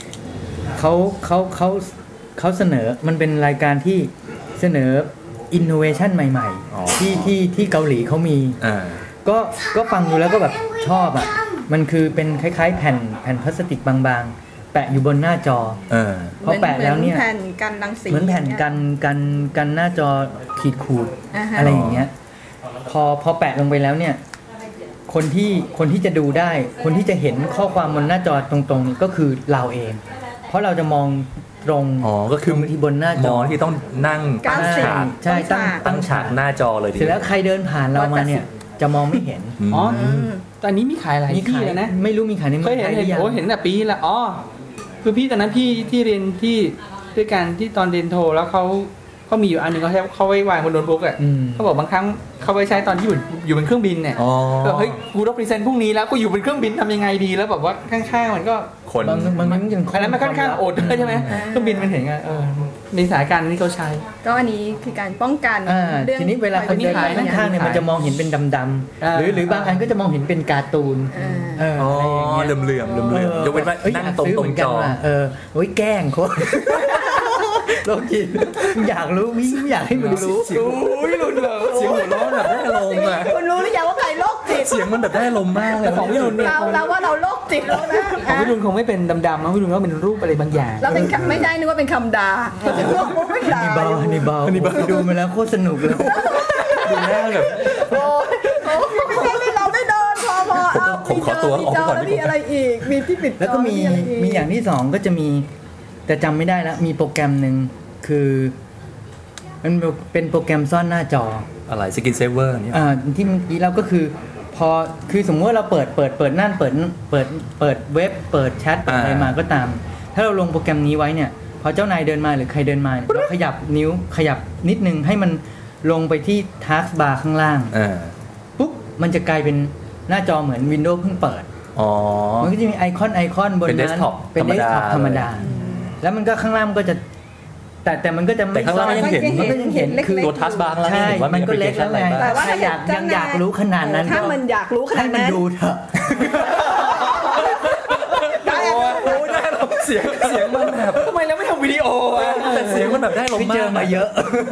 เขาเสนอมันเป็นรายการที่เสนอ innovation ใหม่อ๋อๆที่เกาหลีเขามี ก็ฟังดูแล้วก็แบบชอบอ่ะมันคือเป็นคล้ายๆแผ่นพลาสติกบางๆ แปะอยู่บนหน้าจอพอแปะแล้วเนี่ยเหมือนแผ่นกันรังสีเหมือนแผ่นกันหน้าจอขีดขูดอ่าฮะอะไรอย่างเงี้ยพอแปะลงไปแล้วเนี่ยคนที่จะดูได้คนที่จะเห็นข้อความบนหน้าจอตรงๆนี่ก็คือเราเอง เพราะเราจะมองตรงก็คือที่บนหน้าจอที่ต้องนั่งก้าตั้งสิบฉากใช่ตั้งฉากหน้าจอเลยทีเสร็จแล้วใครเดินผ่านเรามาเนี่ยจะมองไม่เห็นอ๋อตอนนี้มีขายหลายที่แล้วนะไม่รู้มีขายในเคเมืยองเห็ไทนยหรือยังเห็นแต่ปีละอ๋อคือพี่ตอนนั้นพี่ที่เรียนที่ด้วยกันที่ตอนเรียนโทแล้วเขามีอยู่อันหนึ่งเขาไว้วางบนโน้ตบุ๊กอ่ะเขาบอกบางครั้งเขาไปใช้ตอนที่อยู่บนเครื่องบินเนี่ยก็เฮ้ยกูต้องพรีเซนต์พรุ่งนี้แล้วกูอยู่บนเครื่องบินทำยังไงดีแล้วแบบว่าข้างๆมันก็คนมันยังอันนั้นมันค่อนข้างโอดใช่ไหมเครื่องบินมันเห็นไงในสถานการณ์ที่เขาใช้ก็อันนี้คือการป้องกันทีนี้เวลาคนเดินข้างๆเนี่ยมันจะมองเห็นเป็นดำๆหรือบางอันก็จะมองเห็นเป็นการ์ตูนอะไรอย่างเงี้ยเหลื่อมยกเว้นว่านั่งตรงจอโอ้ยแกล้งคนโลกินอยากรู้ไม่อยากให้มึงรู้เสียงรุนเลยเสียงหัวเราะแบบได้ลมอ่ะคุณรู้หรือยังว่าใครโรคจิตเสียงมันแบบได้ลมมากเลยของพี่รุนเนี่ยเราว่าเราโรคจิตแล้วนะของพี่รุนคงไม่เป็นดำๆนะพี่รุนก็เป็นรูปอะไรบางอย่างเราเป็นไม่ใช่นึกว่าเป็นคำด่าเราเป็นโรคไม่ด่านี่เบาดูมาแล้วโคตรสนุกเลยดูหน้าแบบโอ้เราไม่เดินพอเอาผมขอตัวออกก่อนแล้วมีอะไรอีกมีที่ปิดจอแล้วก็มีอย่างที่สองก็จะมีแต่จำไม่ได้แล้วมีโปรแกรมหนึ่งคือมันเป็นโปรแกรมซ่อนหน้าจออะไรสกินเซเวอร์เนี่ยที่เมื่อกี้เราก็คือพอคือสมมติว่าเราเปิดนั่นเปิดเว็บเปิดแชทเปิดอะไรมาก็ตาม ถ้าถ้าเราลงโปรแกรมนี้ไว้เนี่ยพอเจ้านายเดินมาหรือใครเดินมาเราขยับนิ้วขยับนิดนึงให้มันลงไปที่ task bar ข้างล่างปุ๊บมันจะกลายเป็นหน้าจอเหมือน Windows เพิ่งเปิดมันก็จะมีไอคอนบนนั้นเป็นเดสก์ท็อปธรรมดาแล้วมันก็ข้างล่างมันก็จะแต่มันก็จะไม่แต่ข้างล่างยังเห็นมันก็ยังเห็นคือตัวทัชบาร์ข้างล่างเห็นว่ามันก็เล็กแล้วไงแต่ว่าใครอยากรู้ขนาดนั้นถ้ามันอยากรู้ขนาให้ดมันนั้นดูเถอะโอ้ได้ลมเสียงมันแบบทำไมแล้วไม่ทำวิดีโอแต่เสียงมันแบบได้ลมมากเจอมาเยอะ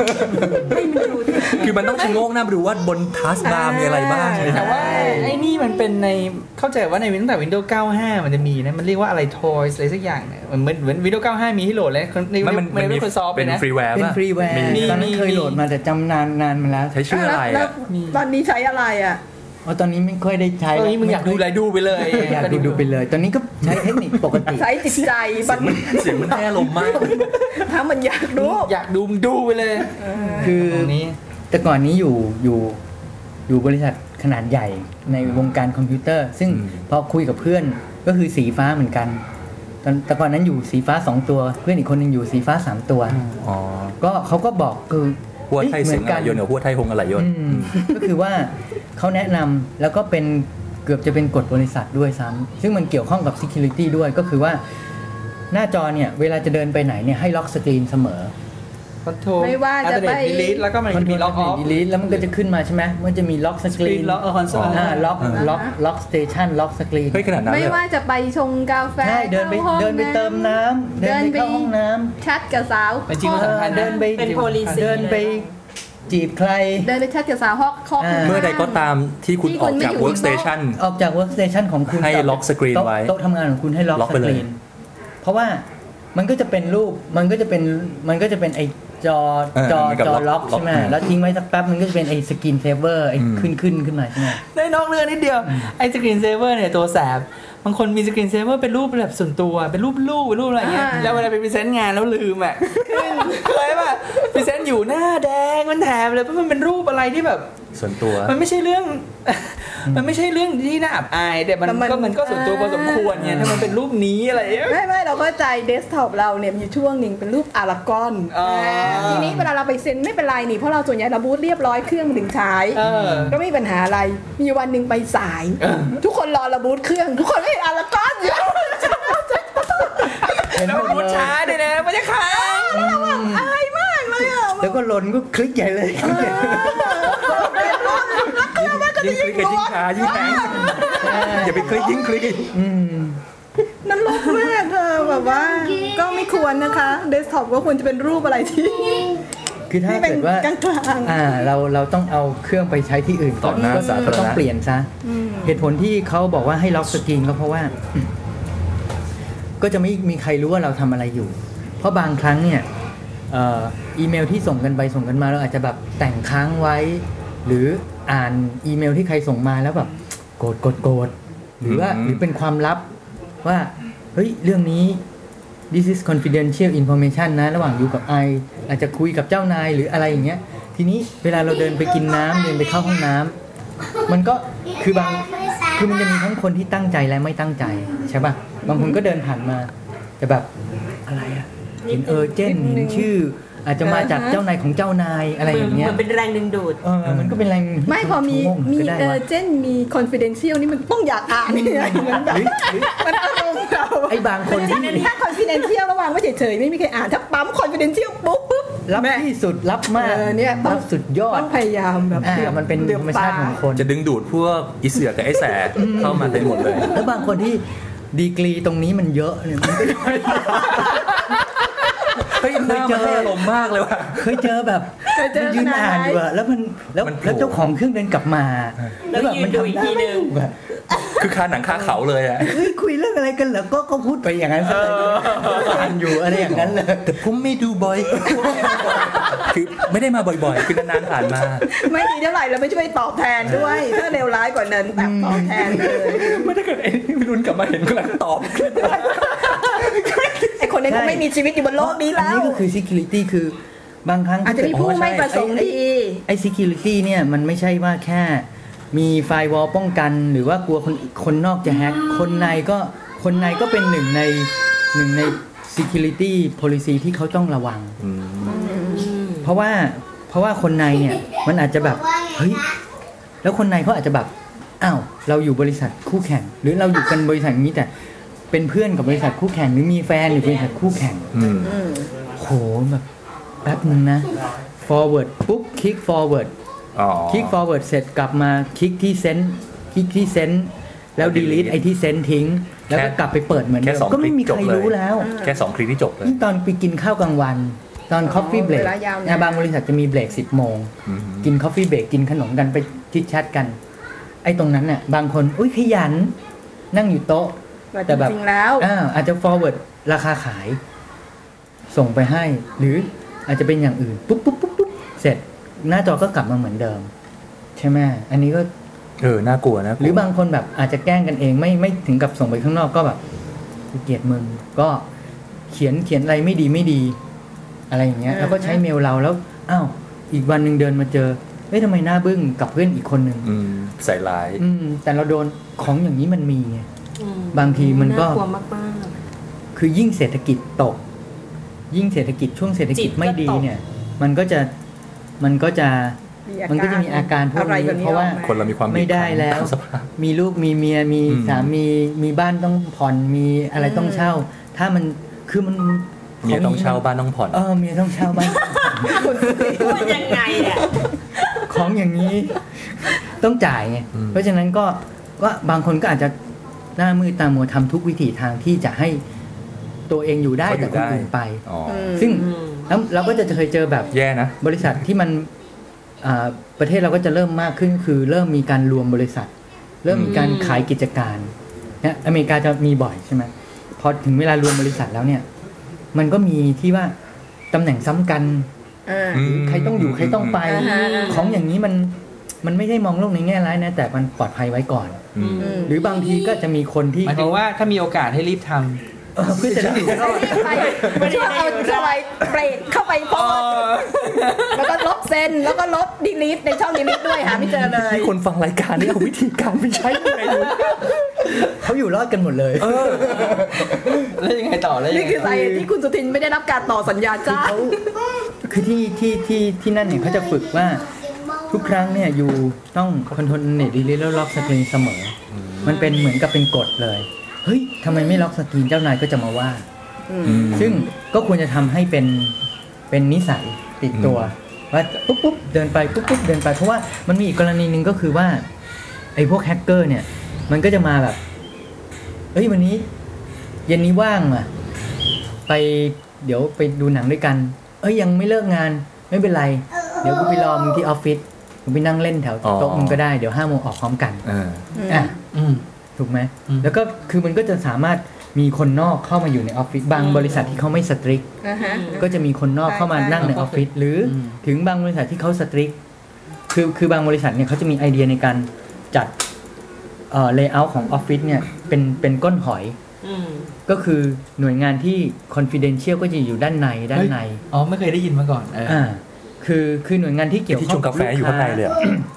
คือมันต้องชะโงกหน้าไปดูว่าบนทัชบาร์มีอะไรบ้างแต่ว่าไอ้นี่มันเป็นในเข้าใจว่าในตั้งแต่ Windows 95 มันจะมีนะมันเรียกว่าอะไร Toys อะไรสักอย่างเนี่ยเหมือน Windows 95 มีให้โหลดแล้วในMicrosoft เป็นนะฟรีแวร์เป็นป่ะฟรีแวร์ตอนนั้นเคยโหลดมาแต่จำนานมาแล้วใช้ชื่ออะไรแล้วอ่ะตอนนี้ใช้อะไรอ่ะตอนนี้ไม่ค่อยได้ใช้ตอนนี้มึงอยากดูอะไรดูไปเลยอยากดูไปเลย ตอนนี้ก็ใช้เทคนิคปกติใช้จิตใจเสียงมันได้อารมณ์มากถ้ามันอยากรู้อยากดูมึงดูไปเลยคือตรงนี้แต่ก่อนนี้อยู่บริษัทขนาดใหญ่ในวงการคอมพิวเตอร์ ซึ่งพอคุยกับเพื่อนก็คือสีฟ้าเหมือนกันแต่ก่อนนั้นอยู่สีฟ้า2ตัวเพื่อนอีกคนนึงอยู่สีฟ้า3ตัวก็เขาก็บอกคือหัวไทยเสียงอะไรยนต์กับหัวไทยหงอะไรยนต์ก็คือว่าเขาแนะนำแล้วก็เป็นเกือบจะเป็นกฎบริษัทด้วยซ้ำซึ่งมันเกี่ยวข้องกับ security ด้วยก็คือว่าหน้าจอเนี่ยเวลาจะเดินไปไหนเนี่ยให้ล็อกสกรีนเสมอไม่ว่าจะไป delete แล้วก็มันจะมี lock off delete แล้วมันก็จะขึ้นมาใช่ไหมมันจะมีล็อกสกรีน lock console ล็อกสเตชันล็อกสกรีนเฮ้ยขนาดนั้นไม่เลยว่าจะไปชงกาแฟใช่เดินไปเติมน้ำเดินไปเข้าห้องน้ำชัดกับสาวจริงๆมันสำคัญนะเดินไปเป็น policy เดินไปจีบใครเดินไปชัดกับสาวฮอกคอกเมื่อใดก็ตามที่คุณออกจาก workstation ออกจาก workstation ของคุณให้ล็อกสกรีนไว้โต๊ะทำงานของคุณให้ล็อกล็อกสไปกเลยรีนเพราะว่ามันก็จะเป็นรูปมันก็จะเป็นไอจอล็อกใช่ไหมแล้วทิ้งไว้สักแป๊บมันก็จะเป็นไอสกรีนเซเวอร์ไอขึ้นมาใช่ไหมได้นอกเรื่องนิดเดียวไอ้สกรีนเซเวอร์เนี่ยตัวแสบบางคนมีสกรีนเซเวอร์เป็นรูปแบบส่วนตัวเป็นรูปลูกเป็นรูปอะไรอย่างเงี้ยแล้วเวลาไปพรีเซนต์งานแล้วลืมอ่ะเคยป่ะพรีเซนต์อยู่หน้าแดงมันแถบเลยเพราะมันเป็นรูปอะไรที่แบบส่วนตัวมันไม่ใช่เรื่อง มันไม่ใช่เรื่องที่น่าอับอายแต่มันก็ส่วนตัวพอสมควรไงถ้ามันเป็นรูปนี้อะไรอย่างเงี้ยไม่เราเข้าใจเดสก์ท็อปเราเนี่ยมีช่วงหนึ่งเป็นรูปอารากอนทีนี้เวลาเราไปเซ็นไม่เป็นไรนี่เพราะเราส่วนใหญ่เราบูทเรียบร้อยเครื่องถึงใช้ก็ไม่มีปัญหาอะไรมีวันหนึ่งไปสายทุกคนรอระบูทเครื่องทุกคนไม่เห็นอารากอนอยู่แล้วมันช้าด้วยนะมันจะค้างอายมากเลยอ่ะแล้วก็หล่นก็คลิกใหญ่เลยยิ่งคลิกกับยิ่งช้ายิ่งแพงอย่าไปคลิกยิ่งคลิกนั่นลกมากเธอแบบว่าก็ไม่ควรนะคะเดสก์ท็อปก็ควรจะเป็นรูปอะไรที่คือถ้าเกิดว่ากลางๆเราต้องเอาเครื่องไปใช้ที่อื่นต่อหน้าสาธารณะก็ต้องเปลี่ยนซะเหตุผลที่เขาบอกว่าให้ล็อกสกรีนก็เพราะว่า ก็จะไม่มีใครรู้ว่าเราทำอะไรอยู่ เพราะบางครั้งเนี่ยอีเมลที่ส่งกันไปส่งกันมาเราอาจจะแบบแต่งค้างไว้ หรืออ่านอีเมลที่ใครส่งมาแล้วแบบโกรธหรือว่าหรือเป็นความลับว่าเฮ้ยเรื่องนี้ this is confidential information นะระหว่างอยู่กับไออาจจะคุยกับเจ้านายหรืออะไรอย่างเงี้ยทีนี้เวลาเราเดินไปกินน้ำเดินไปเข้าห้องน้ำมันก็คือมันจะมีทั้งคนที่ตั้งใจและไม่ตั้งใจใช่ป่ะบางคนก็เดินผ่านมาจะแบบอะไรอะเห็นเจนเห็นชื่ออาจจะมาจากเจ้านายของเจ้านายอะไรอย่างเงี้ยมันเป็นแรงดึงดูดมันก็เป็นแรงไม่พอมีก็ได้ว่าเจนมี confidential นี่มันต้องอยากอ่านนี่มันแบบมันอารมณ์เราไอ้บางคนที่ถ้า confidential ระหว่างไว้เฉยๆไม่มีใครอ่านถ้าปั๊ม confidential ปุ๊บรับที่สุดรับมากเนี่ยต้องรับสุดยอดต้องพยายามแบบมันเป็นธรรมชาติของคนจะดึงดูดพวกอีเสือกับไอ้แสเข้ามาได้หมดเลยแล้วบางคนที่ดีกรีตรงนี้มันเยอะเนี่ยมันก็เฮ้ยหน้ามันให้อารมณ์มากเลยว่ะเคยเจอแบบยืนอ่านอยู่อะแล้วเจ้าของเครื่องเดินกลับมาแล้วแบบมันทำได้แบบคือคาหนังคาเขาเลยอ่ะเฮ้ยคุยเรื่องอะไรกันเหรอก็พูดไปอย่างนั้นอ่านอยู่อะไรอย่างนั้นเลยแต่ผมไม่ดูบ่อย คือไม่ได้มาบ่อยๆ คือนานๆผ่านมาไม่ดีเท่าไหร่เราไม่ช่วยตอบแทนด้วยถ้าเลวร้ายกว่านั้นแบบตอบแทนเลยไม่ถ้าเกิดไอ้รุนกลับมาเห็นกำลังตอบไอคนนี้เขาไม่มีชีวิตอยู่บนโลกนี้แล้วอันนี้ก็คือ security คือบางครั้งอาจจะมีผู้ไม่ประสงค์ดีไอ้ security เนี่ยมันไม่ใช่ว่าแค่มีไฟวอลป้องกันหรือว่ากลัวคนนอกจะแฮกคนในก็เป็นหนึ่งใน security policy ที่เขาต้องระวัง เพราะว่าคนในเนี่ยมันอาจจะแบบเฮ้ยแล้วคนในเขาอาจจะแบบอ้าวเราอยู่บริษัทคู่แข่งหรือเราอยู่กันบริษัทนี้แต่เป็นเพื่อนกับบริษัทคู่แข่งหรือมีแฟนอยู่บริษัทคู่แข่งโหแบบแป๊บนึงนะ forward ปุ๊บ click forward click forward เสร็จกลับมาคลิกที่ send คลิกที่ send แล้ว delete ไอ้ที่ send ทิ้งแล้วก็กลับไปเปิดเหมือนเดิมก็ไม่มีใครรู้แล้วแค่2คลิกที่จบเลยตอนไปกินข้าวกลางวันตอน coffee break บางบริษัทจะมีเบรก 10 โมงกิน coffee break กินขนมกันไปชิดแชทกันไอ้ตรงนั้นน่ะบางคนอุ้ยขยันนั่งอยู่โต๊ะแต่แบบจริงแล้วอาจจะ forward ราคาขายส่งไปให้หรืออาจจะเป็นอย่างอื่นปุ๊บปุ๊บปุ๊บปุ๊บเสร็จหน้าจอก็กลับมาเหมือนเดิมใช่ไหมอันนี้ก็น่ากลัวนะหรือบางคนแบบอาจจะแกล้งกันเองไม่ถึงกับส่งไปข้างนอกก็แบบเกลียดมึงก็เขียนอะไรไม่ดีอะไรอย่างเงี้ยแล้วก็ใช้เมลเราแล้วอ้าวอีกวันนึงเดินมาเจอเฮ้ยทำไมหน้าบึ้งกับเพื่อนอีกคนนึงใส่ร้ายแต่เราโดนของอย่างนี้มันมีบางทีมันก็คือยิ่งเศรษฐกิจตกยิ่งเศรษฐกิจช่วงเศรษฐกิจไม่ดีเนี่ยมันก็จะมีอาการพวกนี้เพราะว่าคนเรามีความไม่ได้แล้วมีลูกมีเมียมีสามีมีบ้านต้องผ่อนมีอะไรต้องเช่าถ้ามันคือมันเมียต้องเช่าบ้านต้องผ่อนเมียต้องเช่าบ้านพูดยังไงเนี่ยของอย่างนี้ต้องจ่ายไงเพราะฉะนั้นก็บางคนก็อาจจะหน้ามือตามัวทำทุกวิถีทางที่จะให้ตัวเองอยู่ได้แต่คนอื่นไปซึ่งแล้วเราก็จะเคยเจอแบบแย่นะบริษัทที่มันประเทศเราก็จะเริ่มมากขึ้นคือเริ่มมีการรวมบริษัทเริ่มมีการขายกิจการเนี่ยอเมริกาจะมีบ่อยใช่ไหมพอถึงเวลารวมบริษัทแล้วเนี่ยมันก็มีที่ว่าตำแหน่งซ้ำกันใครต้องอยู่ใครต้องไปของอย่างนี้มันไม่ใช่มองโลกในแง่ร้ายนะแต่มันปลอดภัยไว้ก่อนหรือบางทีก็จะมีคนที่หมายถึงว่าถ้ามีโอกาสให้รีบทำเพื่อจะได้ไปไม่ใช่เอาอะไรเบรกเข้าไปพอแล้วก็ลบเซ็นแล้วก็ลบดีลีทในช่องดีลีทด้วยหาไม่เจอเลยที่คนฟังรายการนี่เอาวิธีการไปใช้ยังไงเขาอยู่รอดกันหมดเลยแล้วยังไงต่อแล้วนี่คือสาเหตุที่คุณสุทินไม่ได้รับการต่อสัญญาจ้างคือที่นั่นเนี่ยเขาจะฝึกว่าทุกครั้งเนี่ยอยู่ต้องคอนโทรลเน็ตดีลีทแล้วล็อกสกรีนเสมอมันเป็นเหมือนกับเป็นกฎเลยเฮ้ยทำไมไม่ล็อกสกรีนเจ้านายก็จะมาว่าซึ่งก็ควรจะทำให้เป็นนิสัยติดตัวว่าปุ๊บเดินไปปุ๊บเดินไปเพราะว่ามันมีอีกกรณีนึงก็คือว่าไอ้พวกแฮกเกอร์เนี่ยมันก็จะมาแบบเฮ้ยวันนี้เย็นนี้ว่างอ่ะเดี๋ยวไปดูหนังด้วยกันยังไม่เลิกงานไม่เป็นไรเดี๋ยวกูไปรอมึงที่ออฟฟิศกูไปนั่งเล่นแถวโต๊ะมึงก็ได้เดี๋ยว 5 โมงออกพร้อมกันถูกไหมแล้วก็คือมันก็จะสามารถมีคนนอกเข้ามาอยู่ในออฟฟิศบางบริษัทที่เขาไม่สตริกก็จะมีคนนอกเข้ามานั่งในออฟฟิศหรือถึงบางบริษัทที่เขาสตริกคือบางบริษัทเนี่ยเขาจะมีไอเดียในการจัดเลเยอร์ของออฟฟิศเนี่ยเป็นก้นหอยก็คือหน่วยงานที่ confidential ก็จะอยู่ด้านในไม่เคยได้ยินมาก่อนคือหน่วยงานที่เกี่ยวข้องกับกาแฟอยู่ข้างในเลย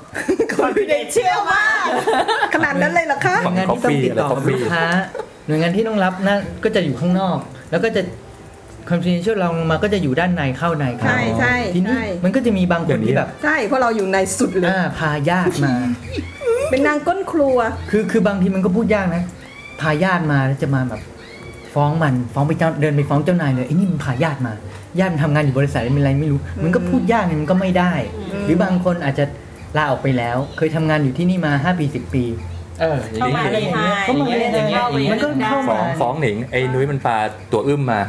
confidential มากขนาดนั้นเลยเหรอคะหน่วยงานที่ต้องติดต่อกับลูกค้าหน่วยงานที่ต้องรับนั่นก็จะอยู่ข้างนอกแล้วก็จะ confidential เราลงมาก็จะอยู่ด้านในเข้าในใช่ทีนี้มันก็จะมีบางคนที่แบบใช่เพราะเราอยู่ในสุดเลยพาญาติมาเป็นนางก้นครัวคือบางทีมันก็พูดยากนะพาญาติมาแล้วจะมาแบบฟ้องไปเดินไปฟ้องเจ้านายเลยไอ้นี่มันพาญาติมาญาติทำงานอยู่บริษัทอะไรไม่รู้มันก็พูดยากมันก็ไม่ได้หรือบางคนอาจจะลาออกไปแล้วเคยทำงานอยู่ที่นี่มา5 ปี 10 ปีเข้ามาเลยก็มาเลยมันก็เข้ามาฟ้องหนิงไอ้นุ้ยมันพาตัวอึ้มมา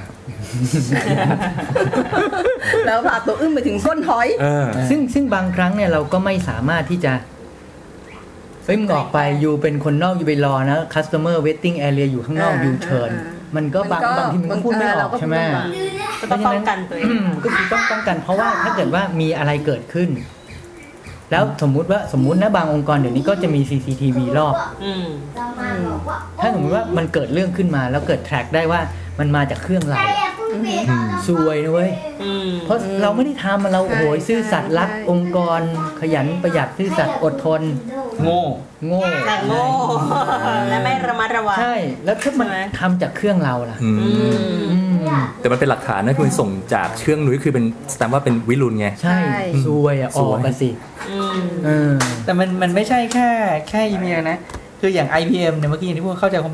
แล้วพาตัวอึ้มไปถึงก้นหอยซึ่งบางครั้งเนี่ยเราก็ไม่สามารถที่จะมึงออกไปอยู่เป็นคนนอกอยู่ไปรอนะ customer waiting area อยู่ข้างนอกอยู่เชิญมันก็บางทีมันพูดไม่ออกใช่ไหมก็ต้องป้องกันตัวเองก็คือต้องป้องกันเพราะว่าถ้าเกิดว่ามีอะไรเกิดขึ้นแล้วสมมุตินะบางองค์กรเดี๋ยวนี้ก็จะมี CCTV รอบถ้าสมมติว่ามันเกิดเรื่องขึ้นมาแล้วเกิด track ได้ว่ามันมาจากเครื่องเราซวยนะเว้ยเพราะเราไม่ได้ทำเราโหยซื่อสัตย์รักองค์กรขยันประหยัดซื่อสัตย์อดทนโง่และไม่ระมัดระวังใช่แล้วถ้ามันทำจากเครื่องเราล่ะแต่มันเป็นหลักฐานนะคือส่งจากเครื่องนุ้ยคือเป็นแสดงว่าเป็นวิรุณไงใช่ซวยอ่ะออกกันสิเออแต่มันไม่ใช่แค่อีเมลนะคืออย่าง IBM เนี่ยเมื่อกี้อย่างที่พวกเข้าใจคงเป็น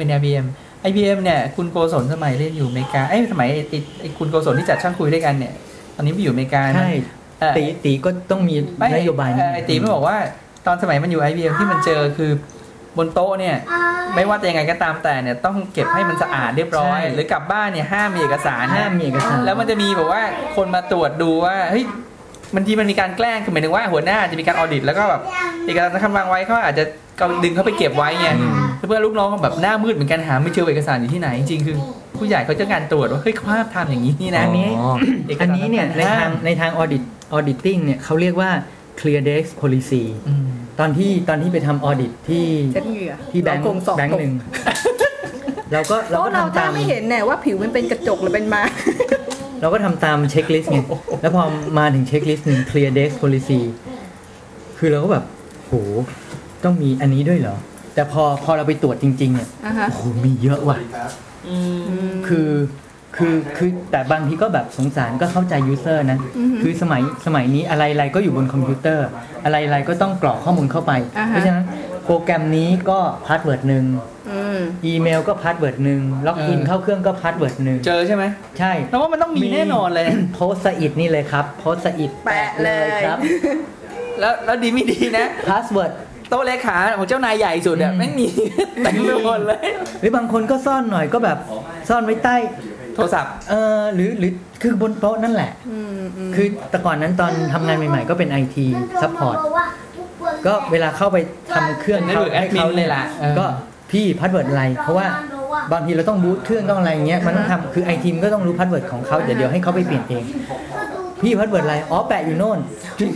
IBM เนี่ยคุณโกศลสมัยเรียนอยู่อเมริกาสมัยไอ้คุณโกศลที่จัดช่างคุยด้วยกันเนี่ยตอนนี้ไปอยู่อเมริกาใช่ตีก็ต้องมีนโยบายนี้ไอ้ตีมันบอกว่าตอนสมัยมันอยู่ IBM ที่มันเจอคือบนโต๊ะเนี่ยไม่ว่าจะยังไงก็ตามแต่เนี่ยต้องเก็บให้มันสะอาดเรียบร้อยหรือกลับบ้านเนี่ยห้ามมีเอกสารห้ามมีเอกสารแล้วมันจะมีแบบว่าคนมาตรวจดูว่าเฮ้ยบางทีมันมีการแกล้งคือหมายถึงว่าหัวหน้าจะมีการออดิตแล้วก็แบบเอกสารสำคัญวางไว้เขาอาจจะดึงเขาไปเก็บไว้ไงเพื่อลูกน้องก็แบบหน้ามืดเหมือนกันหาไม่เจอเอกสารอยู่ที่ไหนจริงๆคือผู้ใหญ่เขาจะการตรวจว่าเฮ้ยเขาห้ามทำอย่างนี้นี่นะอันนี้อกสารอันนี้เนี่ยในทาง auditing เนี่ยเขาเรียกว่า clear desk policy ตอนที่ไปทำ audit ที่เช็ดเหงื่อที่แบงค์เราคงสอบแบงค์หนึ่งเราก็เพราะเราทำถ้าตามไม่เห็นเนี่ยว่าผิวมันเป็นกระจกหรือเป็นมาเราก็ทำตามเช็คลิสต์ไงแล้วพอมาถึงเช็คลิสต์หนึ่ง clear desk policy คือเราก็แบบโหต้องมีอันนี้ด้วยเหรอแต่พอเราไปตรวจจริงๆเนี่ยอ่าฮะโอ้โหมีเยอะว่ะคือแต่บางทีก็แบบสงสารก็เข้าใจยูเซอร์นะคือสมัยนี้อะไรๆก็อยู่บนคอมพิวเตอร์ อะไรๆก็ต้องกรอกข้อมูลเข้าไป เพราะฉะนั้นโปรแกรมนี้ก็พาสเวิร์ดหนึ่งอีเมลก็พาสเวิร์ดหนึ่งล็อกอินเข้าเครื่องก็พาสเวิร์ดหนึ่งเจอใช่ไหมใช่แล้วว่ามันต้องมีแน่นอนเลยโพสต์อิดนี่เลยครับโพสต์อิดแปะเลยครับแล้วดีไม่ดีนะพาสเวิร์ดโต๊ะเลขาของเจ้านายใหญ่สุดอ่ะไม่มีเต็มไปหมดเลยหรือบางคนก็ซ่อนหน่อยก็แบบซ่อนไว้ใต้โทรศัพท์หรือคือบนโต๊ะนั่นแหละคือแต่ก่อนนั้นตอนทำงานใหม่ๆก็เป็น IT support ก็เวลาเข้าไปทำเครื่องเขาให้เขาเลยล่ะก็พี่พาสเวิร์ดอะไรเพราะว่าบางทีเราต้องบูตเครื่องต้องอะไรเงี้ยมันต้องทำคือ IT มันก็ต้องรู้พาสเวิร์ดของเขาเดี๋ยวให้เขาไปเปลี่ยนเองพี่พาสเวิร์ดอะไรอ๋อแปะอยู่โน่น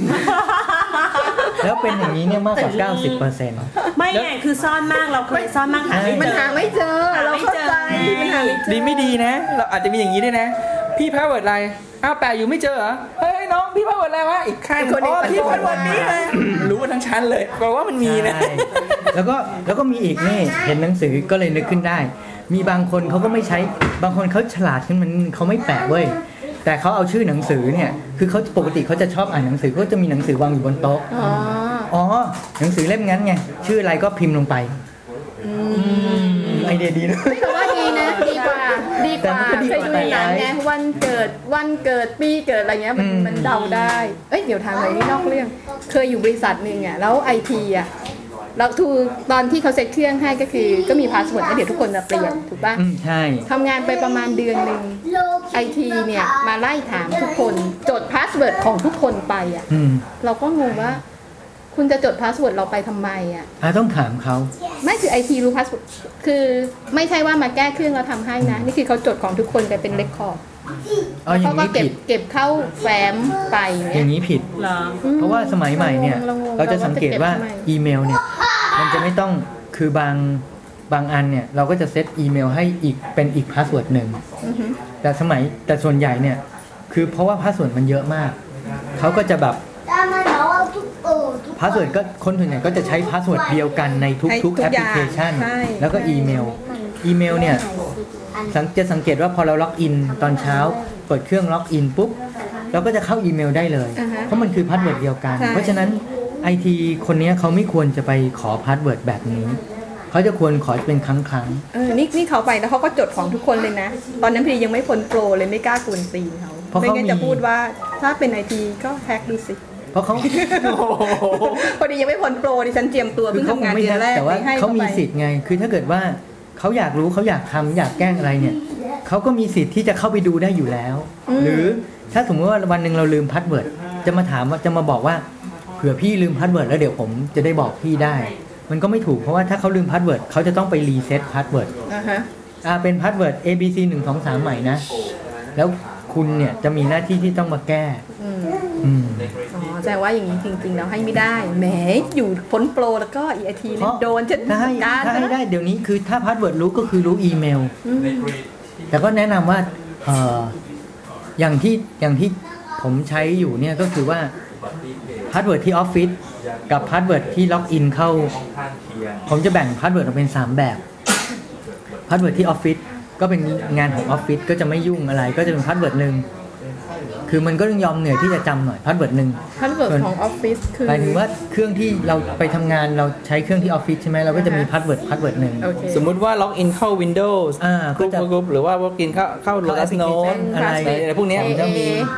แล้วเป็นอย่างนี้เนี่ยมากกว่า 90% ไม่ไงคือซ่อนมากเราเคยซ่อนมากหาไม่มันเจอหาไม่เจอเราเข้าใจมันหาไม่เจอดีไม่ดีนะ เราอาจจะมีอย่างนี้ด้วยนะ พี่พาสเวิร์ดอะไรอ้าวแปะอยู่ไม่เจอเหรอเฮ้ยน้องพี่พาสเวิร์ดอะไรวะอีกข้างอ๋อพี่พาสเวิร์ดนี้เลยรู้กันทั้งชั้นเลยแปลว่ามันมีนะใช่แล้วก็มีอีกนี่เห็นหนังสือก็เลยนึกขึ้นได้ มีบางคนเขาก็ไม่ใช้บางคนเขาฉลาดขึ้นมันเขาไม่แปะเว้ยแต่เขาเอาชื่อหนังสือเนี่ยคือเขาปกติเขาจะชอบอ่านหนังสือก็จะมีหนังสือวางอยู่บนโต๊ะอ๋อหนังสือเล่มงั้นไงชื่ออะไรก็พิมพ์ลงไปไอเดียดีนะแต่ว่าดีนะดีกว่าแต่มันก็ดีเคกยว่าดูหนังไงวันเกิดปีเกิดอะไรเงี้ยมันเดาได้เอ้ยเดี๋ยวถามหน่อยนี่นอกเรื่องเคยอยู่บริษัทหนึ่งอ่ะแล้วไอทีอ่ะแล้วตอนที่เขาเซ็ตเครื่องให้ก็คือก็มีพาสเวิร์ดแล้วเดี๋ยวทุกคนจะเปลี่ยนถูกป่ะใช่ทำงานไปประมาณเดือนหนึ่งไอทีเนี่ยมาไล่ถามทุกคนจดพาสเวิร์ดของทุกคนไปอ่ะเราก็งงว่าคุณจะจดพาสเวิร์ดเราไปทำไมอ่ะต้องถามเขาไม่คือไอทีรู้พาสเวิร์ดคือไม่ใช่ว่ามาแก้เครื่องแล้วทำให้นะนี่คือเขาจดของทุกคนไปเป็นเรคคอร์ดอ๋ออย่าเขางก็นี้ผิดเก็บเข้าแฟ้มไปอเนี่ยย่างนี้ผิดเหรอเพราะว่าสมัยใหม่เนี่ยเราจะสังเกตว่าอีเมลเนี่ยมันจะไม่ต้องคือบางอันเนี่ยเราก็จะเซตอีเมลให้อีกเป็นอีกพาสเวิร์ดหนึ่งแต่ส่วนใหญ่เนี่ยคือเพราะว่าพาสเวิร์ดมันเยอะมากเขาก็จะแบบพาสเวิร์ดก็คนส่วนใหญ่ก็จะใช้พาสเวิร์ดเดียวกันในทุกแอปพลิเคชันแล้วก็อีเมลเนี่ยจะสังเกตว่าพอเราล็อกอินตอนเช้าเปิดเครื่องล็อกอินปุ๊บเราก็จะเข้าอีเมลได้เลยเพราะมันคือพาสเวิร์ดเดียวกันเพราะฉะนั้นไอทีคนนี้เขาไม่ควรจะไปขอพาสเวิร์ดแบบนี้เขาจะควรขอเป็นครั้งนี่เขาไปแล้วเขาก็จดของทุกคนเลยนะตอนนั้นพี่ยังไม่พ้นโปรเลยไม่กล้ากวนตีนเขาไม่งั้นจะพูดว่าถ้าเป็นไอทีก็แฮกดูสิเพราะเขาพอดียังไม่พ้นโปรดิฉันเตรียมตัวคืเพิ่งเขาทำคงงานไม่เดือนแรกแต่ว่าให้เขามีสิทธิ์ไงคือถ้าเกิดว่าเขาอยากรู้เขาอยากทำอยากแกล้งอะไรเนี่ยเขาก็มีสิทธิ์ที่จะเข้าไปดูได้อยู่แล้วหรือถ้าสมมติว่าวันหนึ่งเราลืมพาสเวิร์ดจะมาถามว่าจะมาบอกว่าเผื่อพี่ลืมพาสเวิร์ดแล้วเดี๋ยวผมจะได้บอกพี่ได้มันก็ไม่ถูกเพราะว่าถ้าเขาลืมพาสเวิร์ดเขาจะต้องไปรีเซ็ตพาสเวิร์ดเป็นพาสเวิร์ด ABC 1 2 3ใหม่นะแล้วคุณเนี่ยจะมีหน้าที่ที่ต้องมาแก้แสดงว่าอย่างนี้จริงๆแล้วให้ไม่ได้แหมอยู่พ้นโปรแล้วก็อีไอทีเนี่ยโดนจะถ้าให้ได้เดี๋ยวนี้คือถ้าพาสเวิร์ดรู้ก็คือรู้อีเมลแต่ก็แนะนำว่าอย่างที่ผมใช้อยู่เนี่ยก็คือว่าพาสเวิร์ดที่ออฟฟิศกับพาสเวิร์ดที่ล็อกอินเข้าผมจะแบ่งพาสเวิร์ดออกเป็น3แบบพาสเวิร์ดที่ออฟฟิศก็เป็นงานของออฟฟิศก็จะไม่ยุ่งอะไรก็จะเป็นพาสเวิร์ดนึงคือมันก็ต้องยอมเหนื่อยที่จะจำหน่อยพาสเวิร์ดนึงพาสเวิร์ดของออฟฟิศคือหมายถึงว่าเครื่องที่เราไปทำงานเราใช้เครื่องที่ออฟฟิศใช่ไหมเราก็จะมีพาสเวิร์ดนึงโอเคสมมุติว่าล็อกอินเข้า Windows ก็กจะรุ๊ปหรือว่าล็อกอินเข้า Lotus Note อะไรพวกเนี้ยจะมี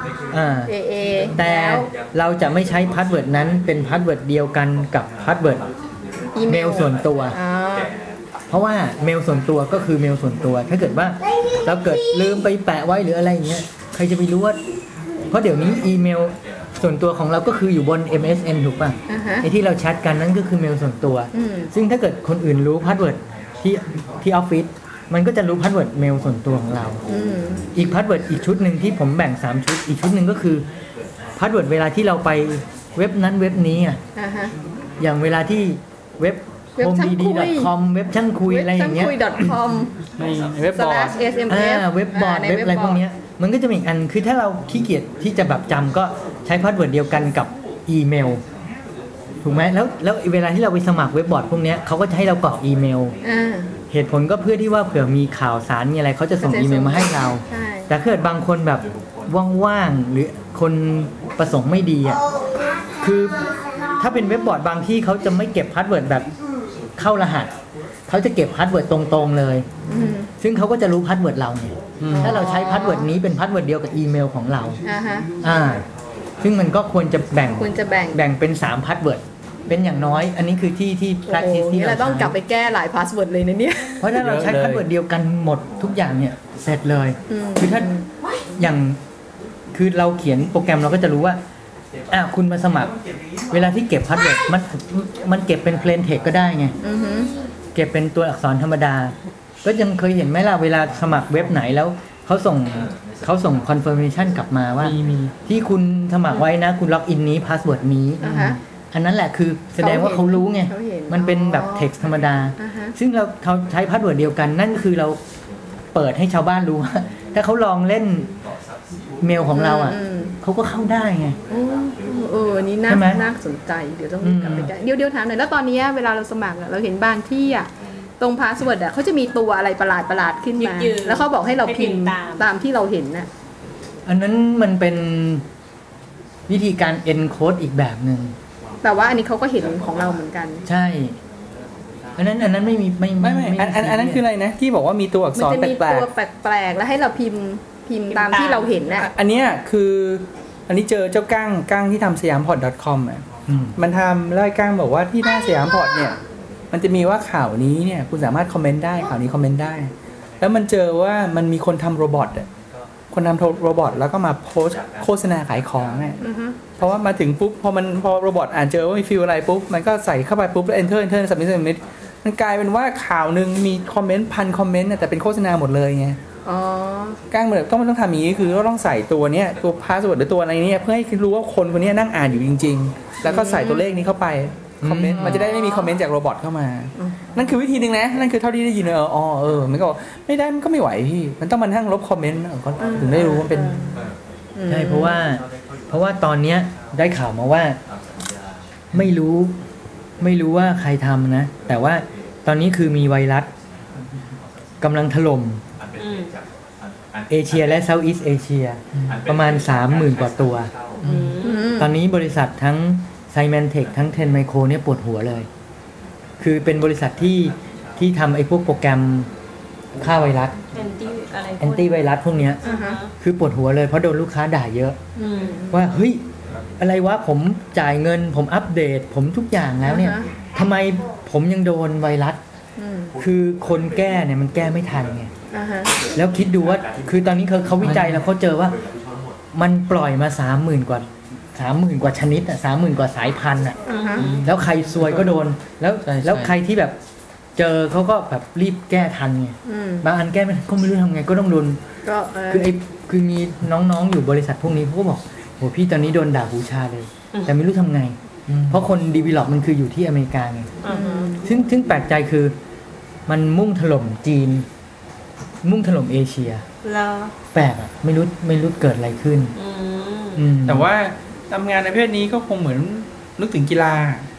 AA แต่เราจะไม่ใช้พาสเวิร์ดนั้นเป็นพาสเวิร์ดเดียวกันกับพาสเวิร์ดเมลส่วนตัวเพราะว่าเมลส่วนตัวก็คือเมลส่วนตัวถ้าเกิดว่าเราเกิดลืมไปแปะไว้หรืออะไรอย่างเงี้ยใครจะไปรู้ว่าเพราะเดี๋ยวนี้อีเมลส่วนตัวของเราก็คืออยู่บน MSN ถูกป่ะไอ้ที่เราแชทกันนั่นก็คือเมลส่วนตัวซึ่งถ้าเกิดคนอื่นรู้พาสเวิร์ดที่ออฟฟิศมันก็จะรู้พาสเวิร์ดเมลส่วนตัวของเราอีกพาสเวิร์ดอีกชุดหนึ่งที่ผมแบ่ง3ชุดอีกชุดหนึ่งก็คือพาสเวิร์ดเวลาที่เราไปเว็บนั้นเว็บนี้อย่างเวลาที่เว็บ homedd.com เว็บช่างคุยอะไรอย่างเงี้ย .com เว็บบอร์ด /sms เว็บบอร์ดเว็บอะไรพวกเนี้ยมันก็จะมีอีกอันคือถ้าเราขี้เกียจที่จะแบบจำก็ใช้พาสเวิร์ดเดียวกันกับอีเมลถูกไหมแล้วเวลาที่เราไปสมัครเว็บบอร์ดพวกเนี้ยเขาก็จะให้เรากรอกอีเมลเหตุผลก็เพื่อที่ว่าเผื่อมีข่าวสารมีอะไรเขาจะส่งอีเมลมาให้เราแต่ถ้าเกิดบางคนแบบว่างๆหรือคนประสงค์ไม่ดีอ่ะคือถ้าเป็นเว็บบอร์ดบางที่เขาจะไม่เก็บพาสเวิร์ดแบบเข้ารหัสเขาจะเก็บพาสเวิร์ดตรงๆเลยซึ่งเขาก็จะรู้พาสเวิร์ดเราเนี่ยถ้าเราใช้พาสเวิร์ดนี้เป็นพาสเวิร์ดเดียวกับอีเมลของเราซึ่งมันก็ควรจะแบ่งเป็น3พาสเวิร์ดเป็นอย่างน้อยอันนี้คือที่ practice ที่เราต้องกลับไปแก้หลายพาสเวิร์ดเลยนะเนี่ยเพราะถ้าเราใช้พาสเวิร์ดเดียวกันหมดทุกอย่างเนี่ยเสร็จเลยคือถ้าอย่างคือเราเขียนโปรแกรมเราก็จะรู้ว่าคุณมาสมัครเวลาที่เก็บพาสเวิร์ดมันเก็บเป็น plain text ก็ได้ไงเก็บเป็นตัวอักษรธรรมดาก็ยังเคยเห็นไหมล่ะเวลาสมัครเว็บไหนแล้วเขาส่ง confirmation กลับมาว่าที่คุณสมัครไว้นะคุณล็อกอินนี้พาสเวิร์ดนี้อันนั้นแหละคือแสดงว่าเขารู้ไงมันเป็นแบบ text ธรรมดาซึ่งเราใช้พาสเวิร์ดเดียวกันนั่นคือเราเปิดให้ชาวบ้านรู้ว่าถ้าเขาลองเล่นเมลของเราเขาก็เข้าได้ไงนี่น่าสนใจเดี๋ยวต้องกลับไปกันเดี๋ยวถามหน่อยแล้วตอนนี้เวลาเราสมัครเราเห็นบางที่ตรงพาสเวิร์ดเขาจะมีตัวอะไรประหลาดขึ้นมาแล้วเขาบอกให้เราพิมพ์ตามที่เราเห็นน่ะอันนั้นมันเป็นวิธีการ encode อีกแบบนึงแต่ว่าอันนี้เขาก็เห็นของเราเหมือนกันใช่อันนั้นไม่อันนั้นคืออะไรนะที่บอกว่ามีตัวอักษรแปลกๆมันจะมีตัวแปลกๆแล้วให้เราพิมพ์ตามที่เราเห็นน่ะอันนี้คืออันนี้เจอเจ้าก้างที่ทำสยามพอร์ต .com มันทำแล้วก้างบอกว่าที่หน้าสยามพอร์ตเนี่ยมันจะมีว่าข่าวนี้เนี่ยคุณสามารถคอมเมนต์ได้ข่าวนี้คอมเมนต์ได้แล้วมันเจอว่ามันมีคนทำโรบอทแล้วก็มาโพสโฆษณาขายของเนี่ยเพราะว่ามาถึงปุ๊บพอโรบอทอ่านเจอว่ามีฟิลอะไรปุ๊บมันก็ใส่เข้าไปปุ๊บแล้ว enter submit มันกลายเป็นว่าข่าวนึงมีคอมเมนต์1,000 คอมเมนต์แต่เป็นโฆษณาหมดเลยไงก้างแบบต้องทำอย่างนี้คือต้องใส่ตัวเนี้ยตัวพาสเวิร์ดหรือตัวอะไรเนี่ยเพื่อให้รู้ว่าคนคนนี้นั่งอ่านอยู่จริงๆแล้วก็ใส่ตัวเลขนี้เข้าไปคอมเมนต์มันจะได้ไม่มีคอมเมนต์จากโรบอทเข้ามานั่นคือวิธีนึงนะนั่นคือเท่าที่ได้ยินมันก็ไม่ได้มันก็ไม่ไหวพี่มันต้องมานั่งลบคอมเมนต์ก็ถึงได้รู้ว่าเป็นใช่เพราะว่าตอนเนี้ยได้ข่าวมาว่าไม่รู้ว่าใครทำนะแต่ว่าตอนนี้คือมีไวรัสกำลังถล่มเอเชียและเซาท์อีสต์เอเชียประมาณ 30,000 กว่าตัวตอนนี้บริษัททั้งไซแมนเทคทั้ง10 ไมโครเนี่ยปวดหัวเลยคือเป็นบริษัทที่ทำไอ้พวกโปรแกรมฆ่าไวรัสแอนตี้ไวรัสพวกเนี้ยคือปวดหัวเลยเพราะโดนลูกค้าด่าเยอะว่าเฮ้ยอะไรวะผมจ่ายเงินผมอัปเดตผมทุกอย่างแล้วเนี่ยทำไมผมยังโดนไวรัสคือคนแก้เนี่ยมันแก้ไม่ทันไงแล้วคิดดูว่าคือตอนนี้เขาวิจัยแล้วเขาเจอว่ามันปล่อยมา 30,000 กว่าชนิด30,000 กว่าสายพันธุ์แล้วใครซวยก็โดนแล้วใครที่แบบเจอเขาก็แบบรีบแก้ทันไงบางอันแก้ไม่ทันก็ไม่รู้ทำไงก็ต้องโดนคือมีน้องๆอยู่บริษัทพวกนี้เขาก็บอกโหพี่ตอนนี้โดนด่าหูชาเลยแต่ไม่รู้ทำไงเพราะคน develop มันคืออยู่ที่อเมริกาไงซึ่งแปลกใจคือมันมุ่งถล่มจีนมุ่งถล่มเอเชียแปลกอ่ะไม่รู้เกิดอะไรขึ้นแต่ว่าทำงานในประเภทนี้ก็คงเหมือนนึกถึงกีฬาพ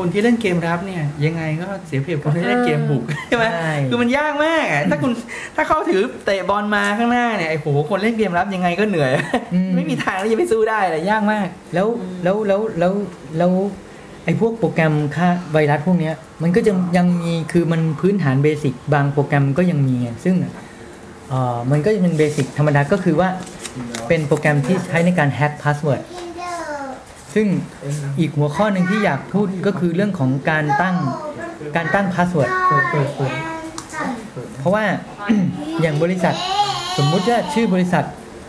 คนที่เล่นเกมรับเนี่ยยังไงก็เสียเปรียบคนที่เล่นเกมบุกใช่ไหมใช่คือมันยากมากอะถ้าเขาถือเตะบอลมาข้างหน้าเนี่ยไอ้โหคนเล่นเกมรับยังไงก็เหนื่อย ไม่มีทางที่จะไปสู้ได้เลยยากมากแล้วไอ้พวกโปรแกรมฆ่าไวรัสพวกเนี้ยมันก็จะยังมีคือมันพื้นฐานเบสิกบางโปรแกรมก็ยังมีไงซึ่งมันก็จะเป็นเบสิกธรรมดาก็คือว่าเป็นโปรแกรมที่ใช้ในการแฮ็กพาสเวิร์ดซึ่งอีกหัวข้อหนึ่งที่อยากพูดก็คือเรื่องของการตั้งพาสเวิร์ดเพราะว่า อย่างบริษัทสมมุติว่าชื่อบริษัท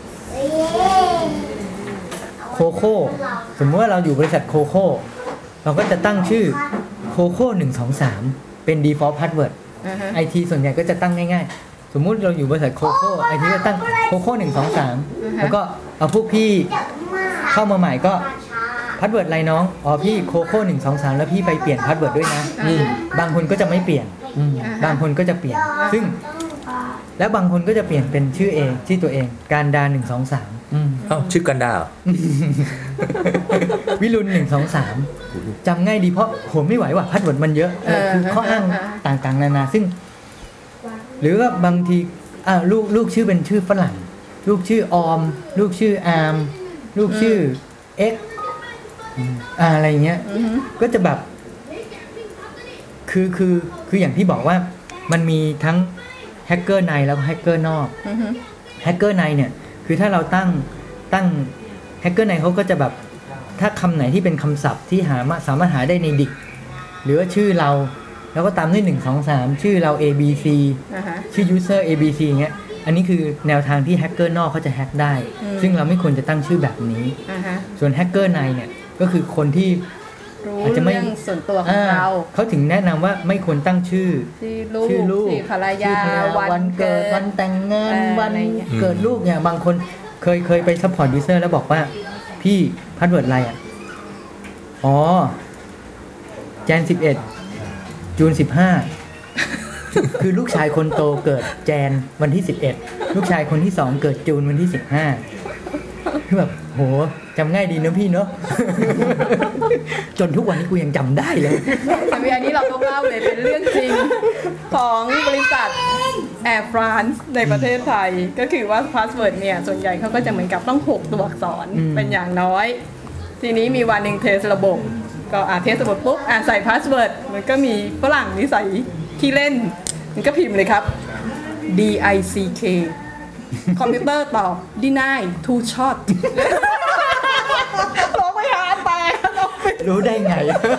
โคโค่สมมติว่าเราอยู่บริษัทโคโค่เราก็จะตั้งชื่อโคโค่123เป็น default password ไอทีส่วนใหญ่ก็จะตั้งง่ายๆสมมุติเราอยู่บริษัทโคโค่ไอทีก็ตั้งโคโค่123แล้วก็เอาพวกพี่เข้ามาใหม่ก็พาสเวิร์ดอะไรน้องพี่โคโค่123แล้วพี่ไปเปลี่ยนพาสเวิร์ดด้วยนะบางคนก็จะไม่เปลี่ยนบางคนก็จะเปลี่ยนซึ่งแล้วบางคนก็จะเปลี่ยนเป็นชื่อเองชื่อตัวเองการดา123 ชื่อกันดาเหรอวิรุณ123จำง่ายดีเพราะผมไม่ไหวว่ะพาสเวิร์ดมันเยอะคือข้ออ้างต่างๆนานาซึ่งหรือว่าบางทีลูกชื่อเป็นชื่อฝรั่งลูกชื่อออมลูกชื่ออาร์มลูกชื่อเอ็กอะไรเงี้ยก็จะแบบคืออย่างที่บอกว่ามันมีทั้งแฮกเกอร์ในแล้วก็แฮกเกอร์นอกแฮกเกอร์ในเนี่ยคือถ้าเราตั้งแฮกเกอร์ในเขาก็จะแบบถ้าคำไหนที่เป็นคำศัพท์ที่สามารถหาได้ในดิกหรือว่าชื่อเราแล้วก็ตามด้วย1 2 3ชื่อเรา ABC ชื่อ user ABC อย่างเงี้ยอันนี้คือแนวทางที่แฮกเกอร์นอกเขาจะแฮกได้ซึ่งเราไม่ควรจะตั้งชื่อแบบนี้ส่วนแฮกเกอร์ในเนี่ยก็คือคนที่อาจจะไม่เรื่องส่วนตัวของเขาถึงแนะนำว่าไม่ควรตั้งชื่อลูกชื่อภรรยาวันเกิดวันแต่งงานวันเกิดลูกเนี่ยบางคนเคยไปซัพพอร์ตยูเซอร์แล้วบอกว่าพี่พาสเวิร์ดอะไรแจน11จูน15คือลูกชายคนโตเกิดแจนวันที่11ลูกชายคนที่2เกิดจูนวันที่15คือแบบโหจำง่ายดีนะพี่เนาะ จนทุกวันนี้กูยังจำได้เลยแต่อันนี้เราต้องเล่าเลยเป็นเรื่องจริงของบริษัทแอร์ฟรานซ์ในประเทศไทยก็คือว่าพาสเวิร์ดเนี่ยส่วนใหญ่เขาก็จะเหมือนกับต้อง6ตัวอักษรเป็นอย่างน้อยทีนี้มีวันหนึ่งเทสระบบก็เทสระบบปุ๊บใส่พาสเวิร์ดมันก็มีฝรั่งนิสัยขี้เล่นมันก็พิมพ์เลยครับ DICK คอมพิวเตอร์ตอบ deny too short ร้องไม่หาแต่รู้ได้ไง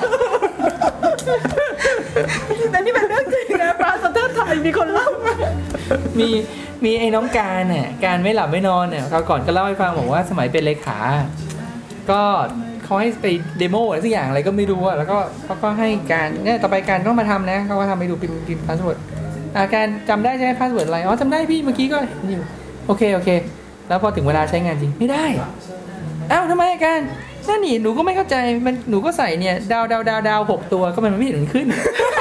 แต่นี่เป็นเรื่องจริงนะประเทศไทยมีคนเล่ามีไอ้น้องการเนี่ยการไม่หลับไม่นอนเนี่ยคราวก่อนก็เล่าให้ฟังบอกว่าสมัยเป็นเลขาก็เขาให้ไปเดโมอะไรสักอย่างอะไรก็ไม่รู้อะแล้วก็เขาก็ให้การเนี่ยต่อไปการต้องมาทำนะเขาก็ทำไปดูพิมพ์พาสเวิร์ดการจำได้ใช่ไหมพาสเวิร์ดอะไรจำได้พี่เมื่อกี้ก็โอเคแล้วพอถึงเวลาใช้งานจริงไม่ได้ทำไมการนั่นนี่หนูก็ไม่เข้าใจมันหนูก็ใส่เนี่ยดาว6ตัวก็มันไม่เห็นขึ้น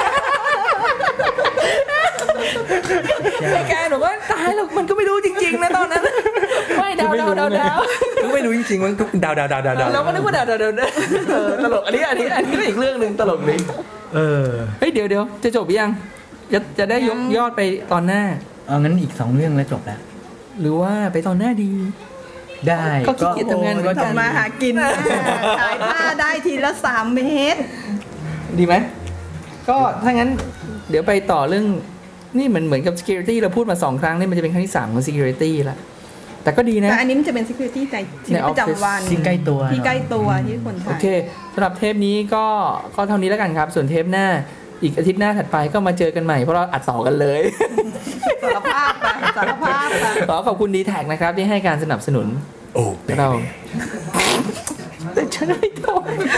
แกหนูก็ตายแล้วมันก็ไม่รู้จริงๆนะตอนนั้นไม่ดาวไม่รู้จริงๆมันทุกดาวเราก็นึกว่าดาวตลกอันนี้ก็อีกเรื่องนึงตลกเลยเฮ้ยเดี๋ยวจะจบยังจะได้ยกยอดไปตอนหน้างั้นอีก2เรื่องแล้วจบแล้วหรือว่าไปตอนหน้าดีได้ก็ขี้เกียจทำงานก็ทำมาหากินขายผ้าได้ทีละ3 เมตรดีไหมก็ถ้างั้นเดี๋ยวไปต่อเรื่องนี่เหมือนกับ security เราพูดมา2ครั้งนี่มันจะเป็นครั้งที่3ของ security ละแต่ก็ดีนะแต่อันนี้มันจะเป็น security ในชีวิตประจำวันที่ใกล้ตัวที่คนไทยโอเคสำหรับเทปนี้ก็เท่านี้แล้วกันครับส่วนเทปหน้าอีกอาทิตย์หน้าถัดไปก็มาเจอกันใหม่เพราะเราอัดต่อกันเลยสารภาพขอบคุณ D-Tag นะครับที่ให้การสนับสนุนเราแต่ฉันไม่ต้อง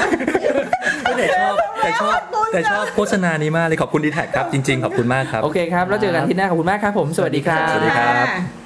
แต่ชอบโฆษณานี้มากเลยขอบคุณ D-Tag ครับจริงๆขอบคุณมากครับโอเคครับแล้วเจอกันอาทิตย์หน้าขอบคุณมากครับผมสวัสดีครับ